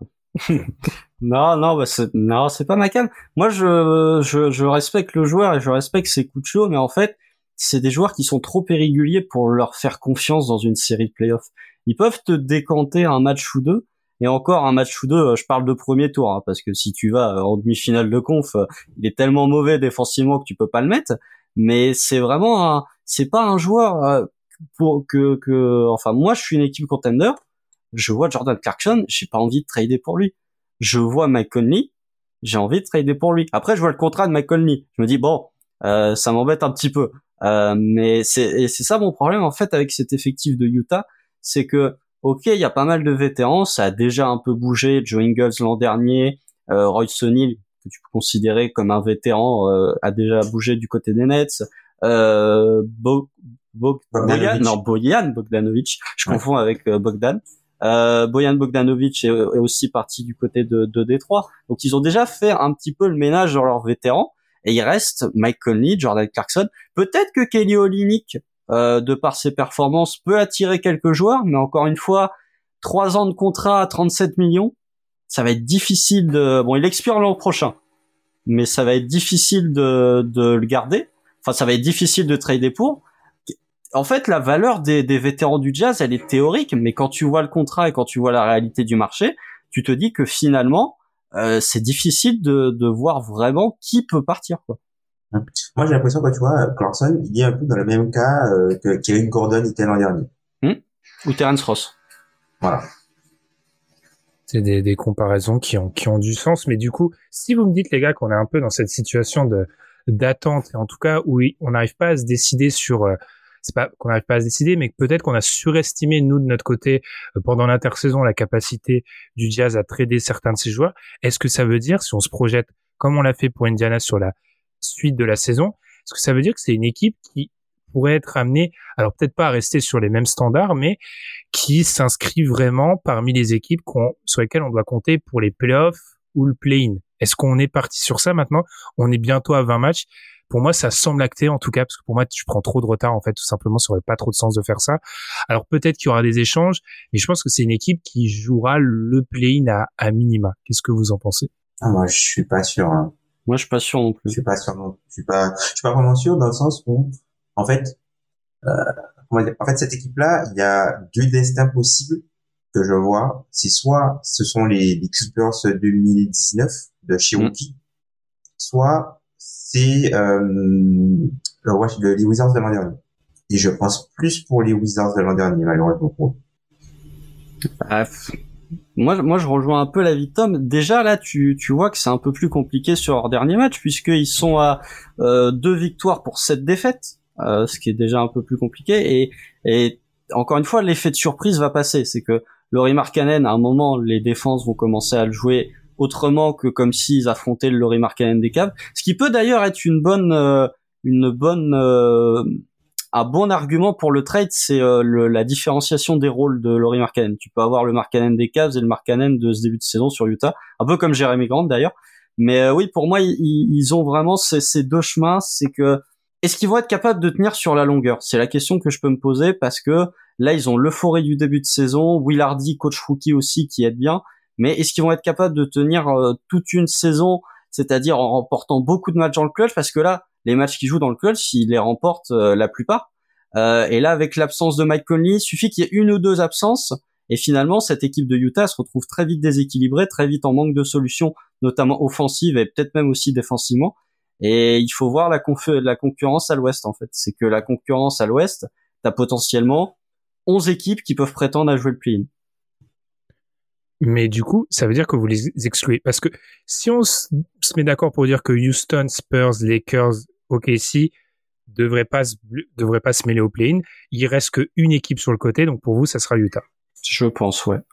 Non, non, bah c'est, non, c'est pas ma cam. Moi, je, je, je respecte le joueur et je respecte ses coups de chaud, mais en fait, c'est des joueurs qui sont trop irréguliers pour leur faire confiance dans une série de playoffs. Ils peuvent te décanter un match ou deux, et encore un match ou deux, je parle de premier tour, hein, parce que si tu vas en demi-finale de conf, il est tellement mauvais défensivement que tu peux pas le mettre. Mais c'est vraiment un, c'est pas un joueur pour que, que, enfin, moi, je suis une équipe contender, je vois Jordan Clarkson, j'ai pas envie de trader pour lui. Je vois Mike Conley, j'ai envie de trader pour lui. Après, je vois le contrat de Mike Conley, je me dis bon, euh, ça m'embête un petit peu. Euh, mais c'est, et c'est ça mon problème en fait avec cet effectif de Utah, c'est que ok, il y a pas mal de vétérans, ça a déjà un peu bougé. Joe Ingles l'an dernier, euh, Royce O'Neal que tu peux considérer comme un vétéran, euh, a déjà bougé du côté des Nets. Euh, Bo- Bo- Bojan, non, Bojan Bogdanovic, je ouais. confonds avec euh, Bogdan. Euh, Bojan Bogdanovic est, est aussi parti du côté de, de Détroit. Donc ils ont déjà fait un petit peu le ménage dans leurs vétérans. Et il reste Mike Conley, Jordan Clarkson. Peut-être que Kelly Olynyk, euh, de par ses performances, peut attirer quelques joueurs, mais encore une fois, trois ans de contrat à trente-sept millions, ça va être difficile de... Bon, il expire l'an prochain, mais ça va être difficile de, de le garder. Enfin, ça va être difficile de trader pour. En fait, la valeur des, des vétérans du Jazz, elle est théorique, mais quand tu vois le contrat et quand tu vois la réalité du marché, tu te dis que finalement, Euh, c'est difficile de, de voir vraiment qui peut partir, quoi. Moi, j'ai l'impression que tu vois, Clarkson, il est un peu dans le même cas euh, que Kevin Gordon était l'an dernier. Hum Ou Terrence Ross. Voilà. C'est des, des comparaisons qui ont, qui ont du sens. Mais du coup, si vous me dites, les gars, qu'on est un peu dans cette situation de d'attente, et en tout cas où on n'arrive pas à se décider sur... Euh, c'est pas qu'on n'arrive pas à se décider, mais que peut-être qu'on a surestimé, nous, de notre côté, euh, pendant l'intersaison, la capacité du Jazz à trader certains de ses joueurs. Est-ce que ça veut dire, si on se projette comme on l'a fait pour Indiana sur la suite de la saison, est-ce que ça veut dire que c'est une équipe qui pourrait être amenée, alors peut-être pas à rester sur les mêmes standards, mais qui s'inscrit vraiment parmi les équipes qu'on, sur lesquelles on doit compter pour les playoffs ou le play-in? Est-ce qu'on est parti sur ça maintenant? On est bientôt à vingt matchs. Pour moi, ça semble acté, en tout cas, parce que pour moi, tu prends trop de retard, en fait, tout simplement, ça aurait pas trop de sens de faire ça. Alors, peut-être qu'il y aura des échanges, mais je pense que c'est une équipe qui jouera le play-in à, à minima. Qu'est-ce que vous en pensez? Ah, moi, je suis pas sûr, hein. Moi, je suis pas sûr non plus. Je suis pas sûr, non. Je suis pas, je suis pas vraiment sûr dans le sens où, en fait, euh, comment dire, en fait, cette équipe-là, il y a deux destins possibles que je vois. C'est soit, ce sont les, les Clippers deux mille dix-neuf de chez Rookie, mmh. soit, c'est euh, le Watch de les Wizards de l'an dernier. Et je pense plus pour les Wizards de l'an dernier, malheureusement pour eux. Ah, moi, moi, je rejoins un peu l'avis de Tom. Déjà, là, tu, tu vois que c'est un peu plus compliqué sur leur dernier match, puisqu'ils sont à euh, deux victoires pour sept défaites, euh, ce qui est déjà un peu plus compliqué. Et, et encore une fois, l'effet de surprise va passer. C'est que Lauri Markkanen, à un moment, les défenses vont commencer à le jouer autrement que comme s'ils affrontaient le Lauri Markkanen des Cavs, ce qui peut d'ailleurs être une bonne euh, une bonne euh, un bon argument pour le trade, c'est euh, le, la différenciation des rôles de Lauri Markkanen. Tu peux avoir le Markkanen des Cavs et le Markkanen de ce début de saison sur Utah, un peu comme Jeremy Grant d'ailleurs, mais euh, oui, pour moi ils, ils ont vraiment ces, ces deux chemins. C'est que est-ce qu'ils vont être capables de tenir sur la longueur? C'est la question que je peux me poser, parce que là ils ont l'euphorie du début de saison, Will Hardy, coach rookie aussi, qui aide bien. Mais est-ce qu'ils vont être capables de tenir euh, toute une saison, c'est-à-dire en remportant beaucoup de matchs dans le clutch? Parce que là, les matchs qu'ils jouent dans le clutch, ils les remportent euh, la plupart. Euh, et là, avec l'absence de Mike Conley, il suffit qu'il y ait une ou deux absences. Et finalement, cette équipe de Utah se retrouve très vite déséquilibrée, très vite en manque de solutions, notamment offensives et peut-être même aussi défensivement. Et il faut voir la, conf- la concurrence à l'ouest, en fait. C'est que la concurrence à l'ouest, t'as potentiellement onze équipes qui peuvent prétendre à jouer le play-in. Mais du coup, ça veut dire que vous les excluez. Parce que si on se met d'accord pour dire que Houston, Spurs, Lakers, O K C devraient pas se, devraient pas se mêler au play-in, il reste qu'une équipe sur le côté, donc pour vous, ça sera Utah. Je pense, ouais.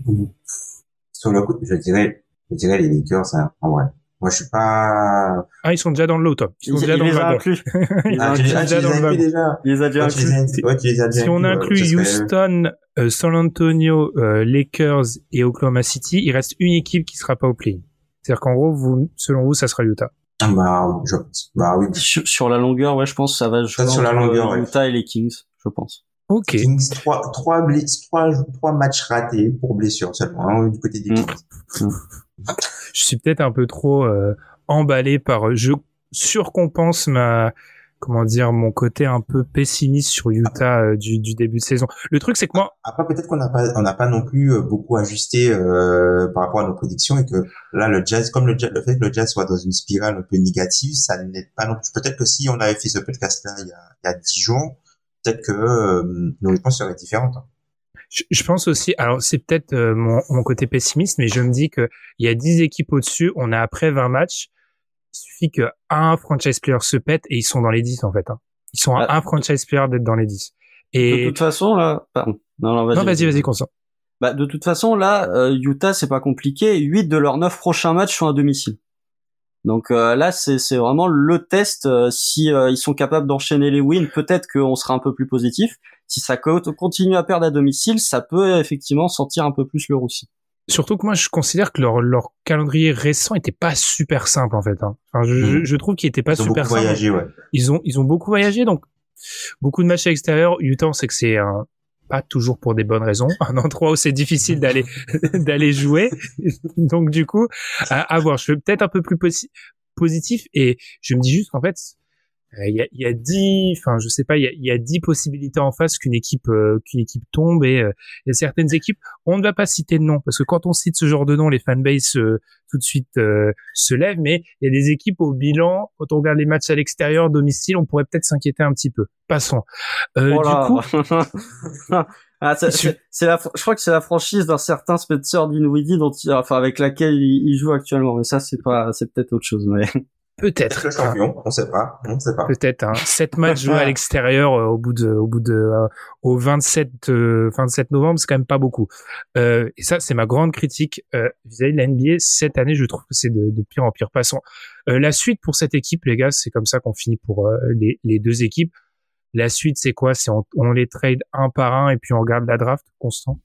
Sur le coup, je dirais, je dirais les Lakers, hein, en vrai. Moi, je suis pas... Ah, ils sont déjà dans le lot, Tom. Ils sont ils, déjà ils dans les le a wagon. inclus. Ils ah, sont tu, déjà ah, tu les dans as le wagon. déjà. Il les a déjà ouais, inclus. tu les as, ouais, tu les as déjà si on inclut ouais, Houston, euh, San Antonio, euh, Lakers et Oklahoma City, il reste une équipe qui sera pas au play-in. C'est-à-dire qu'en gros, vous, selon vous, ça sera Utah. Ah, bah, je, bah oui. Sur, sur la longueur, ouais, je pense que ça va jouer sur la longueur, ouais. Utah et les Kings, je pense. Ok. Kings, trois, trois, bless, trois, trois matchs ratés pour blessure seulement, hein, du côté des Kings. Mmh. Je suis peut-être un peu trop euh, emballé par, je surcompense ma, comment dire, mon côté un peu pessimiste sur Utah euh, du, du début de saison. Le truc, c'est que moi, après peut-être qu'on n'a pas, on n'a pas non plus euh, beaucoup ajusté euh, par rapport à nos prédictions, et que là le Jazz, comme le, Jazz, le fait que le Jazz soit dans une spirale un peu négative, ça n'aide pas non plus. Peut-être que si on avait fait ce podcast-là il y a, il y a dix jours, peut-être que euh, nos réponses seraient différentes. Je, je pense aussi, alors c'est peut-être euh, mon, mon côté pessimiste, mais je me dis que il y a dix équipes au-dessus, on a après vingt matchs, il suffit que un franchise player se pète et ils sont dans les dix en fait. Hein. Ils sont à ah. un franchise player d'être dans les dix. Et de toute façon là, pardon. Non, non, vas-y, non, vas-y, vas-y, Constant. Bah de toute façon là, euh, Utah c'est pas compliqué. huit de leurs neuf prochains matchs sont à domicile. Donc euh, là, c'est, c'est vraiment le test. Euh, si euh, ils sont capables d'enchaîner les wins, peut-être qu'on sera un peu plus positif. Si ça co- continue à perdre à domicile, ça peut effectivement sentir un peu plus le roussi. Surtout que moi, je considère que leur, leur calendrier récent était pas super simple, en fait. Hein. Enfin, je, mmh. je, je trouve qu'il était pas ils super simple. Ils ont beaucoup voyagé, ouais. Ils ont, ils ont beaucoup voyagé, donc beaucoup de matchs à l'extérieur. Utah, on sait que c'est un, pas toujours pour des bonnes raisons, un endroit où c'est difficile d'aller d'aller jouer. Donc du coup, à, à voir. Je suis peut-être un peu plus posi- positif et je me dis juste qu'en fait, il y a il y a dix, enfin je sais pas, il y a il y a dix possibilités en face qu'une équipe euh, qu'une équipe tombe et euh, il y a certaines équipes, on ne va pas citer de nom parce que quand on cite ce genre de nom, les fanbases euh, tout de suite euh, se lèvent, mais il y a des équipes au bilan, quand on regarde les matchs à l'extérieur, domicile, on pourrait peut-être s'inquiéter un petit peu. Passons. Euh, oh là. Du coup, ah, c'est, c'est, c'est la, je crois que c'est la franchise d'un certain Spencer Dinwiddie dont il, enfin avec laquelle il, il joue actuellement, mais ça c'est pas, c'est peut-être autre chose, mais. Peut-être. Le champion, on sait pas, on sait pas. Peut-être, hein. Sept matchs joués à l'extérieur euh, au bout de, au bout de, euh, au vingt-sept, euh, vingt-sept novembre, c'est quand même pas beaucoup. Euh, et ça, c'est ma grande critique euh, vis-à-vis de la N B A cette année. Je trouve que c'est de, de pire en pire. Passons. Euh, la suite pour cette équipe, les gars, c'est comme ça qu'on finit pour euh, les, les deux équipes. La suite, c'est quoi? C'est on, on les trade un par un et puis on regarde la draft, Constant.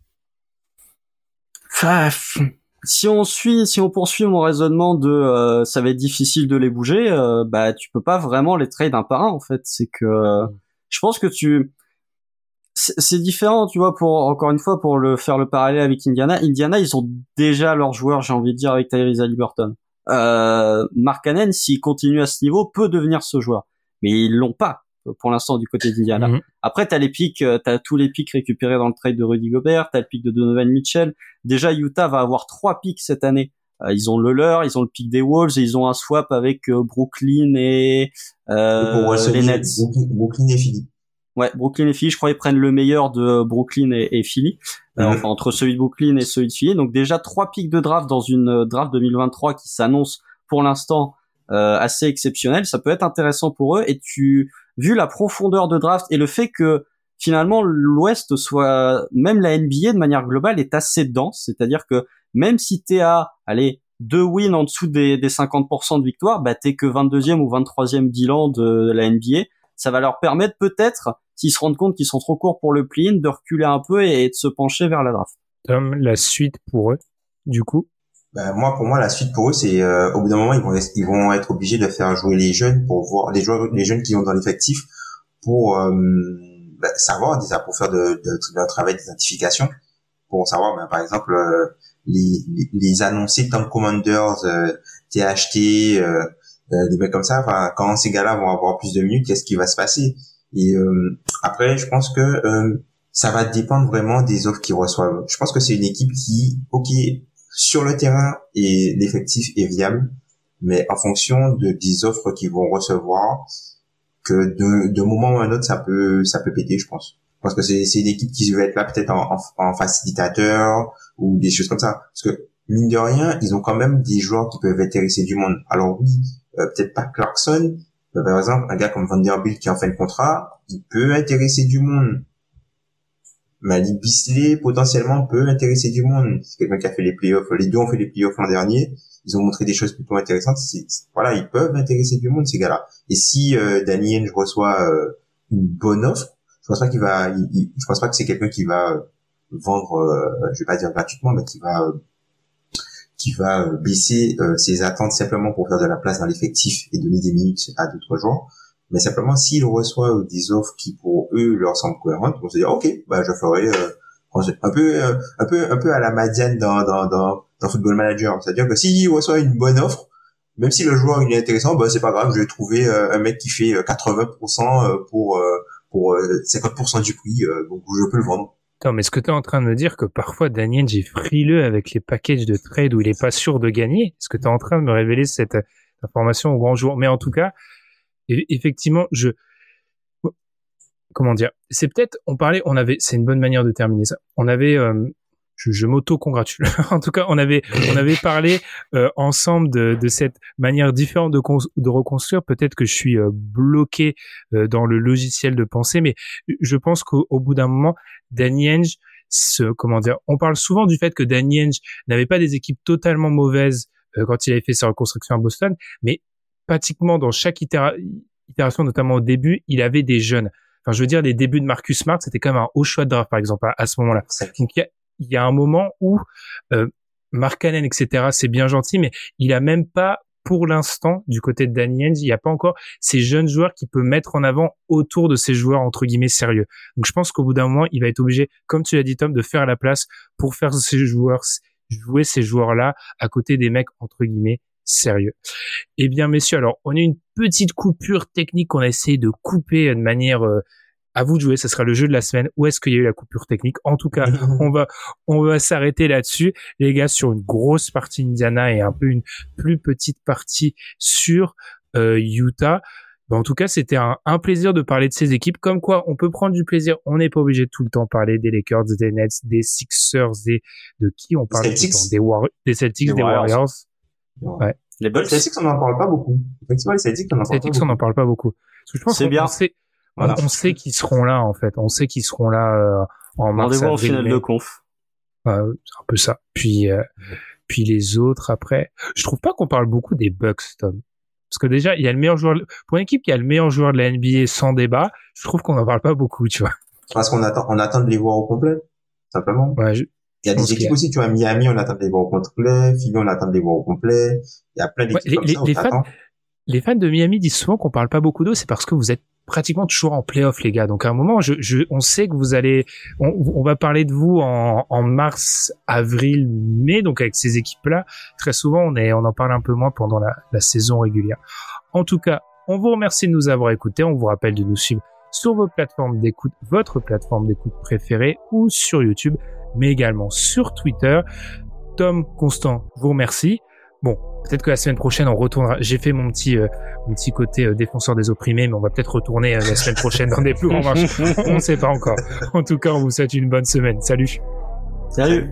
Ah, si on suit, si on poursuit mon raisonnement de euh, ça va être difficile de les bouger, euh, bah tu peux pas vraiment les trade un par un en fait. C'est que euh, je pense que tu c'est, c'est différent, tu vois. Pour encore une fois pour le faire le parallèle avec Indiana, Indiana ils ont déjà leurs joueurs, j'ai envie de dire avec Tyrese Haliburton. Euh, Mark Cannon, s'il continue à ce niveau, peut devenir ce joueur, mais ils l'ont pas pour l'instant du côté d'Indiana. Mm-hmm. Après, t'as les pics, t'as tous les pics récupérés dans le trade de Rudy Gobert, t'as le pic de Donovan Mitchell. Déjà, Utah va avoir trois pics cette année. Euh, ils ont le leur, ils ont le pic des Wolves et ils ont un swap avec euh, Brooklyn et, euh, et les Nets. Brooklyn, Brooklyn et Philly. Ouais, Brooklyn et Philly. Je crois qu'ils prennent le meilleur de Brooklyn et, et Philly. Mm-hmm. Euh, enfin, entre celui de Brooklyn et celui de Philly. Donc déjà, trois pics de draft dans une draft deux mille vingt-trois qui s'annonce pour l'instant euh, assez exceptionnelle. Ça peut être intéressant pour eux et tu... vu la profondeur de draft et le fait que finalement l'Ouest soit, même la N B A de manière globale est assez dense, c'est-à-dire que même si t'es à, allez, deux wins en dessous des, des cinquante pour cent de victoire, bah t'es que vingt-deuxième ou vingt-troisième bilan de la N B A, ça va leur permettre peut-être, s'ils se rendent compte qu'ils sont trop courts pour le play-in, de reculer un peu et, et de se pencher vers la draft. Tom, la suite pour eux, du coup? Ben, moi, pour moi, la suite pour eux, c'est euh, au bout d'un moment, ils vont ils vont être obligés de faire jouer les jeunes pour voir les joueurs, les jeunes qui ont dans l'effectif pour euh, ben, savoir déjà pour faire de, de, de un travail d'identification pour savoir, ben, par exemple, euh, les, les les annoncés Tom Commanders, euh, T H T, euh, euh, des mecs comme ça. Enfin, quand ces gars-là vont avoir plus de minutes, qu'est-ce qui va se passer? Et euh, après, je pense que euh, ça va dépendre vraiment des offres qu'ils reçoivent. Je pense que c'est une équipe qui, ok, sur le terrain et l'effectif est viable, mais en fonction de des offres qu'ils vont recevoir, que de, de moment ou un autre ça peut ça peut péter, je pense. Parce que c'est c'est une équipe qui va être là peut-être en, en, en facilitateur ou des choses comme ça. Parce que mine de rien, ils ont quand même des joueurs qui peuvent intéresser du monde. Alors oui, euh, peut-être pas Clarkson, mais par exemple un gars comme Vanderbilt qui est en fin de contrat, il peut intéresser du monde. Malik Beasley, potentiellement, peut intéresser du monde. C'est quelqu'un qui a fait les playoffs. Les deux ont fait les playoffs l'an dernier. Ils ont montré des choses plutôt intéressantes. C'est, c'est, voilà, ils peuvent intéresser du monde, ces gars-là. Et si euh, Danny Ainge reçoit euh, une bonne offre, je pense pas qu'il va, il, il, je pense pas que c'est quelqu'un qui va euh, vendre, euh, je vais pas dire gratuitement, mais qui va, euh, qui va euh, baisser euh, ses attentes simplement pour faire de la place dans l'effectif et donner des minutes à d'autres joueurs. Mais simplement, s'ils reçoivent des offres qui, pour eux, leur semblent cohérentes, on se dire, ok, bah, je ferai, euh, un peu, euh, un peu, un peu à la Madiane dans, dans, dans, dans Football Manager. C'est-à-dire que s'ils reçoivent une bonne offre, même si le joueur, il est intéressant, bah, c'est pas grave, je vais trouver euh, un mec qui fait quatre-vingts pour cent pour, euh, pour, euh, cinquante pour cent du prix, euh, donc je peux le vendre. Tom, est-ce que tu es en train de me dire que parfois Danny Ainge est frileux avec les packages de trade où il est pas sûr de gagner? Est-ce que tu es en train de me révéler cette information au grand jour? Mais en tout cas, effectivement, je, comment dire, c'est peut-être, on parlait, on avait, c'est une bonne manière de terminer ça. On avait, euh, je, je m'auto-congratule. En tout cas, on avait, on avait parlé euh, ensemble de, de cette manière différente de, con, de reconstruire. Peut-être que je suis euh, bloqué euh, dans le logiciel de pensée, mais je pense qu'au au bout d'un moment, Danny Ainge, ce, comment dire, on parle souvent du fait que Danny Ainge n'avait pas des équipes totalement mauvaises euh, quand il avait fait sa reconstruction à Boston, mais pratiquement dans chaque itéra- itération, notamment au début, il avait des jeunes. Enfin, je veux dire, les débuts de Marcus Smart, c'était quand même un haut choix de draft, par exemple, à, à ce moment-là. Donc, il y a, il y a un moment où euh, Markkanen, et cetera, c'est bien gentil, mais il a même pas, pour l'instant, du côté de Danny Ainge, il n'y a pas encore ces jeunes joueurs qui peut mettre en avant autour de ces joueurs, entre guillemets, sérieux. Donc, je pense qu'au bout d'un moment, il va être obligé, comme tu l'as dit, Tom, de faire la place pour faire ces joueurs, jouer ces joueurs-là à côté des mecs, entre guillemets, sérieux. Eh bien, messieurs, alors, on a une petite coupure technique qu'on a essayé de couper de manière... Euh, à vous de jouer, ce sera le jeu de la semaine. Où est-ce qu'il y a eu la coupure technique? En tout cas, on va on va s'arrêter là-dessus, les gars, sur une grosse partie Indiana et un peu une plus petite partie sur euh, Utah. Ben, en tout cas, c'était un, un plaisir de parler de ces équipes. Comme quoi, on peut prendre du plaisir. On n'est pas obligé de tout le temps parler des Lakers, des Nets, des Sixers, des de qui on parle tout le temps, des, War- des Celtics, des, des Warriors. Warriors. Ouais. Les Bucks, les Celtics, on n'en parle pas beaucoup. Effectivement, les Celtics, on n'en parle pas beaucoup. on n'en parle pas beaucoup. Parce que je pense c'est qu'on bien. sait, Voilà. On, on sait qu'ils seront là, en fait. On sait qu'ils seront là euh, en mars. Rendez-vous en avril, finale mai. de conf. Euh, c'est un peu ça. Puis, euh, puis les autres après. Je trouve pas qu'on parle beaucoup des Bucks, Tom. Parce que déjà, il y a le meilleur joueur pour une équipe qui a le meilleur joueur de la N B A sans débat. Je trouve qu'on en parle pas beaucoup, tu vois. Parce qu'on attend, on attend de les voir au complet, simplement. Ouais, je, il y a des équipes a... aussi, tu vois, Miami, on attend de les voir au complet. Philly, on attend de les voir au complet. Il y a plein d'équipes ouais, les, comme les, ça. Les fans, les fans de Miami disent souvent qu'on parle pas beaucoup d'eux. C'est parce que vous êtes pratiquement toujours en play-off, les gars. Donc à un moment, je, je, on sait que vous allez, on, on va parler de vous en, en mars, avril, mai. Donc avec ces équipes-là, très souvent, on est, on en parle un peu moins pendant la, la saison régulière. En tout cas, on vous remercie de nous avoir écoutés. On vous rappelle de nous suivre sur vos plateformes d'écoute, votre plateforme d'écoute préférée ou sur YouTube, mais également sur Twitter. Tom, Constant, vous remercie. Bon, peut-être que la semaine prochaine, on retournera. J'ai fait mon petit, euh, mon petit côté euh, défenseur des opprimés, mais on va peut-être retourner euh, la semaine prochaine dans des plus grands matchs. On ne sait pas encore. En tout cas, on vous souhaite une bonne semaine. Salut. Salut.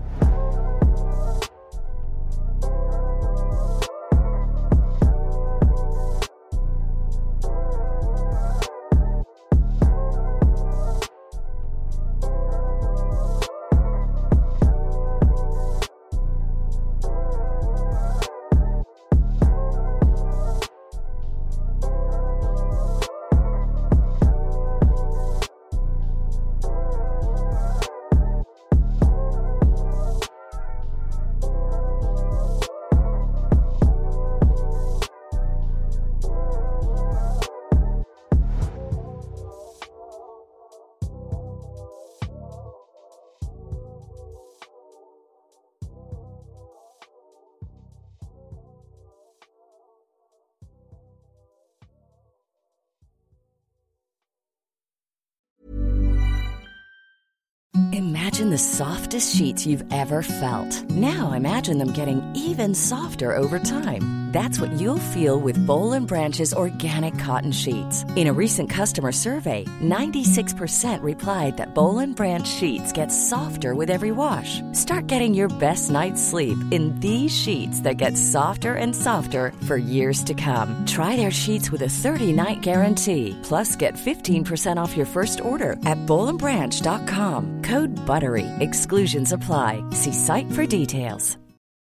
Imagine the softest sheets you've ever felt. Now imagine them getting even softer over time. That's what you'll feel with Boll and Branch's organic cotton sheets. In a recent customer survey, ninety-six percent replied that Boll and Branch sheets get softer with every wash. Start getting your best night's sleep in these sheets that get softer and softer for years to come. Try their sheets with a thirty-night guarantee. Plus, get fifteen percent off your first order at boll and branch dot com. Code BUTTERY. Exclusions apply. See site for details.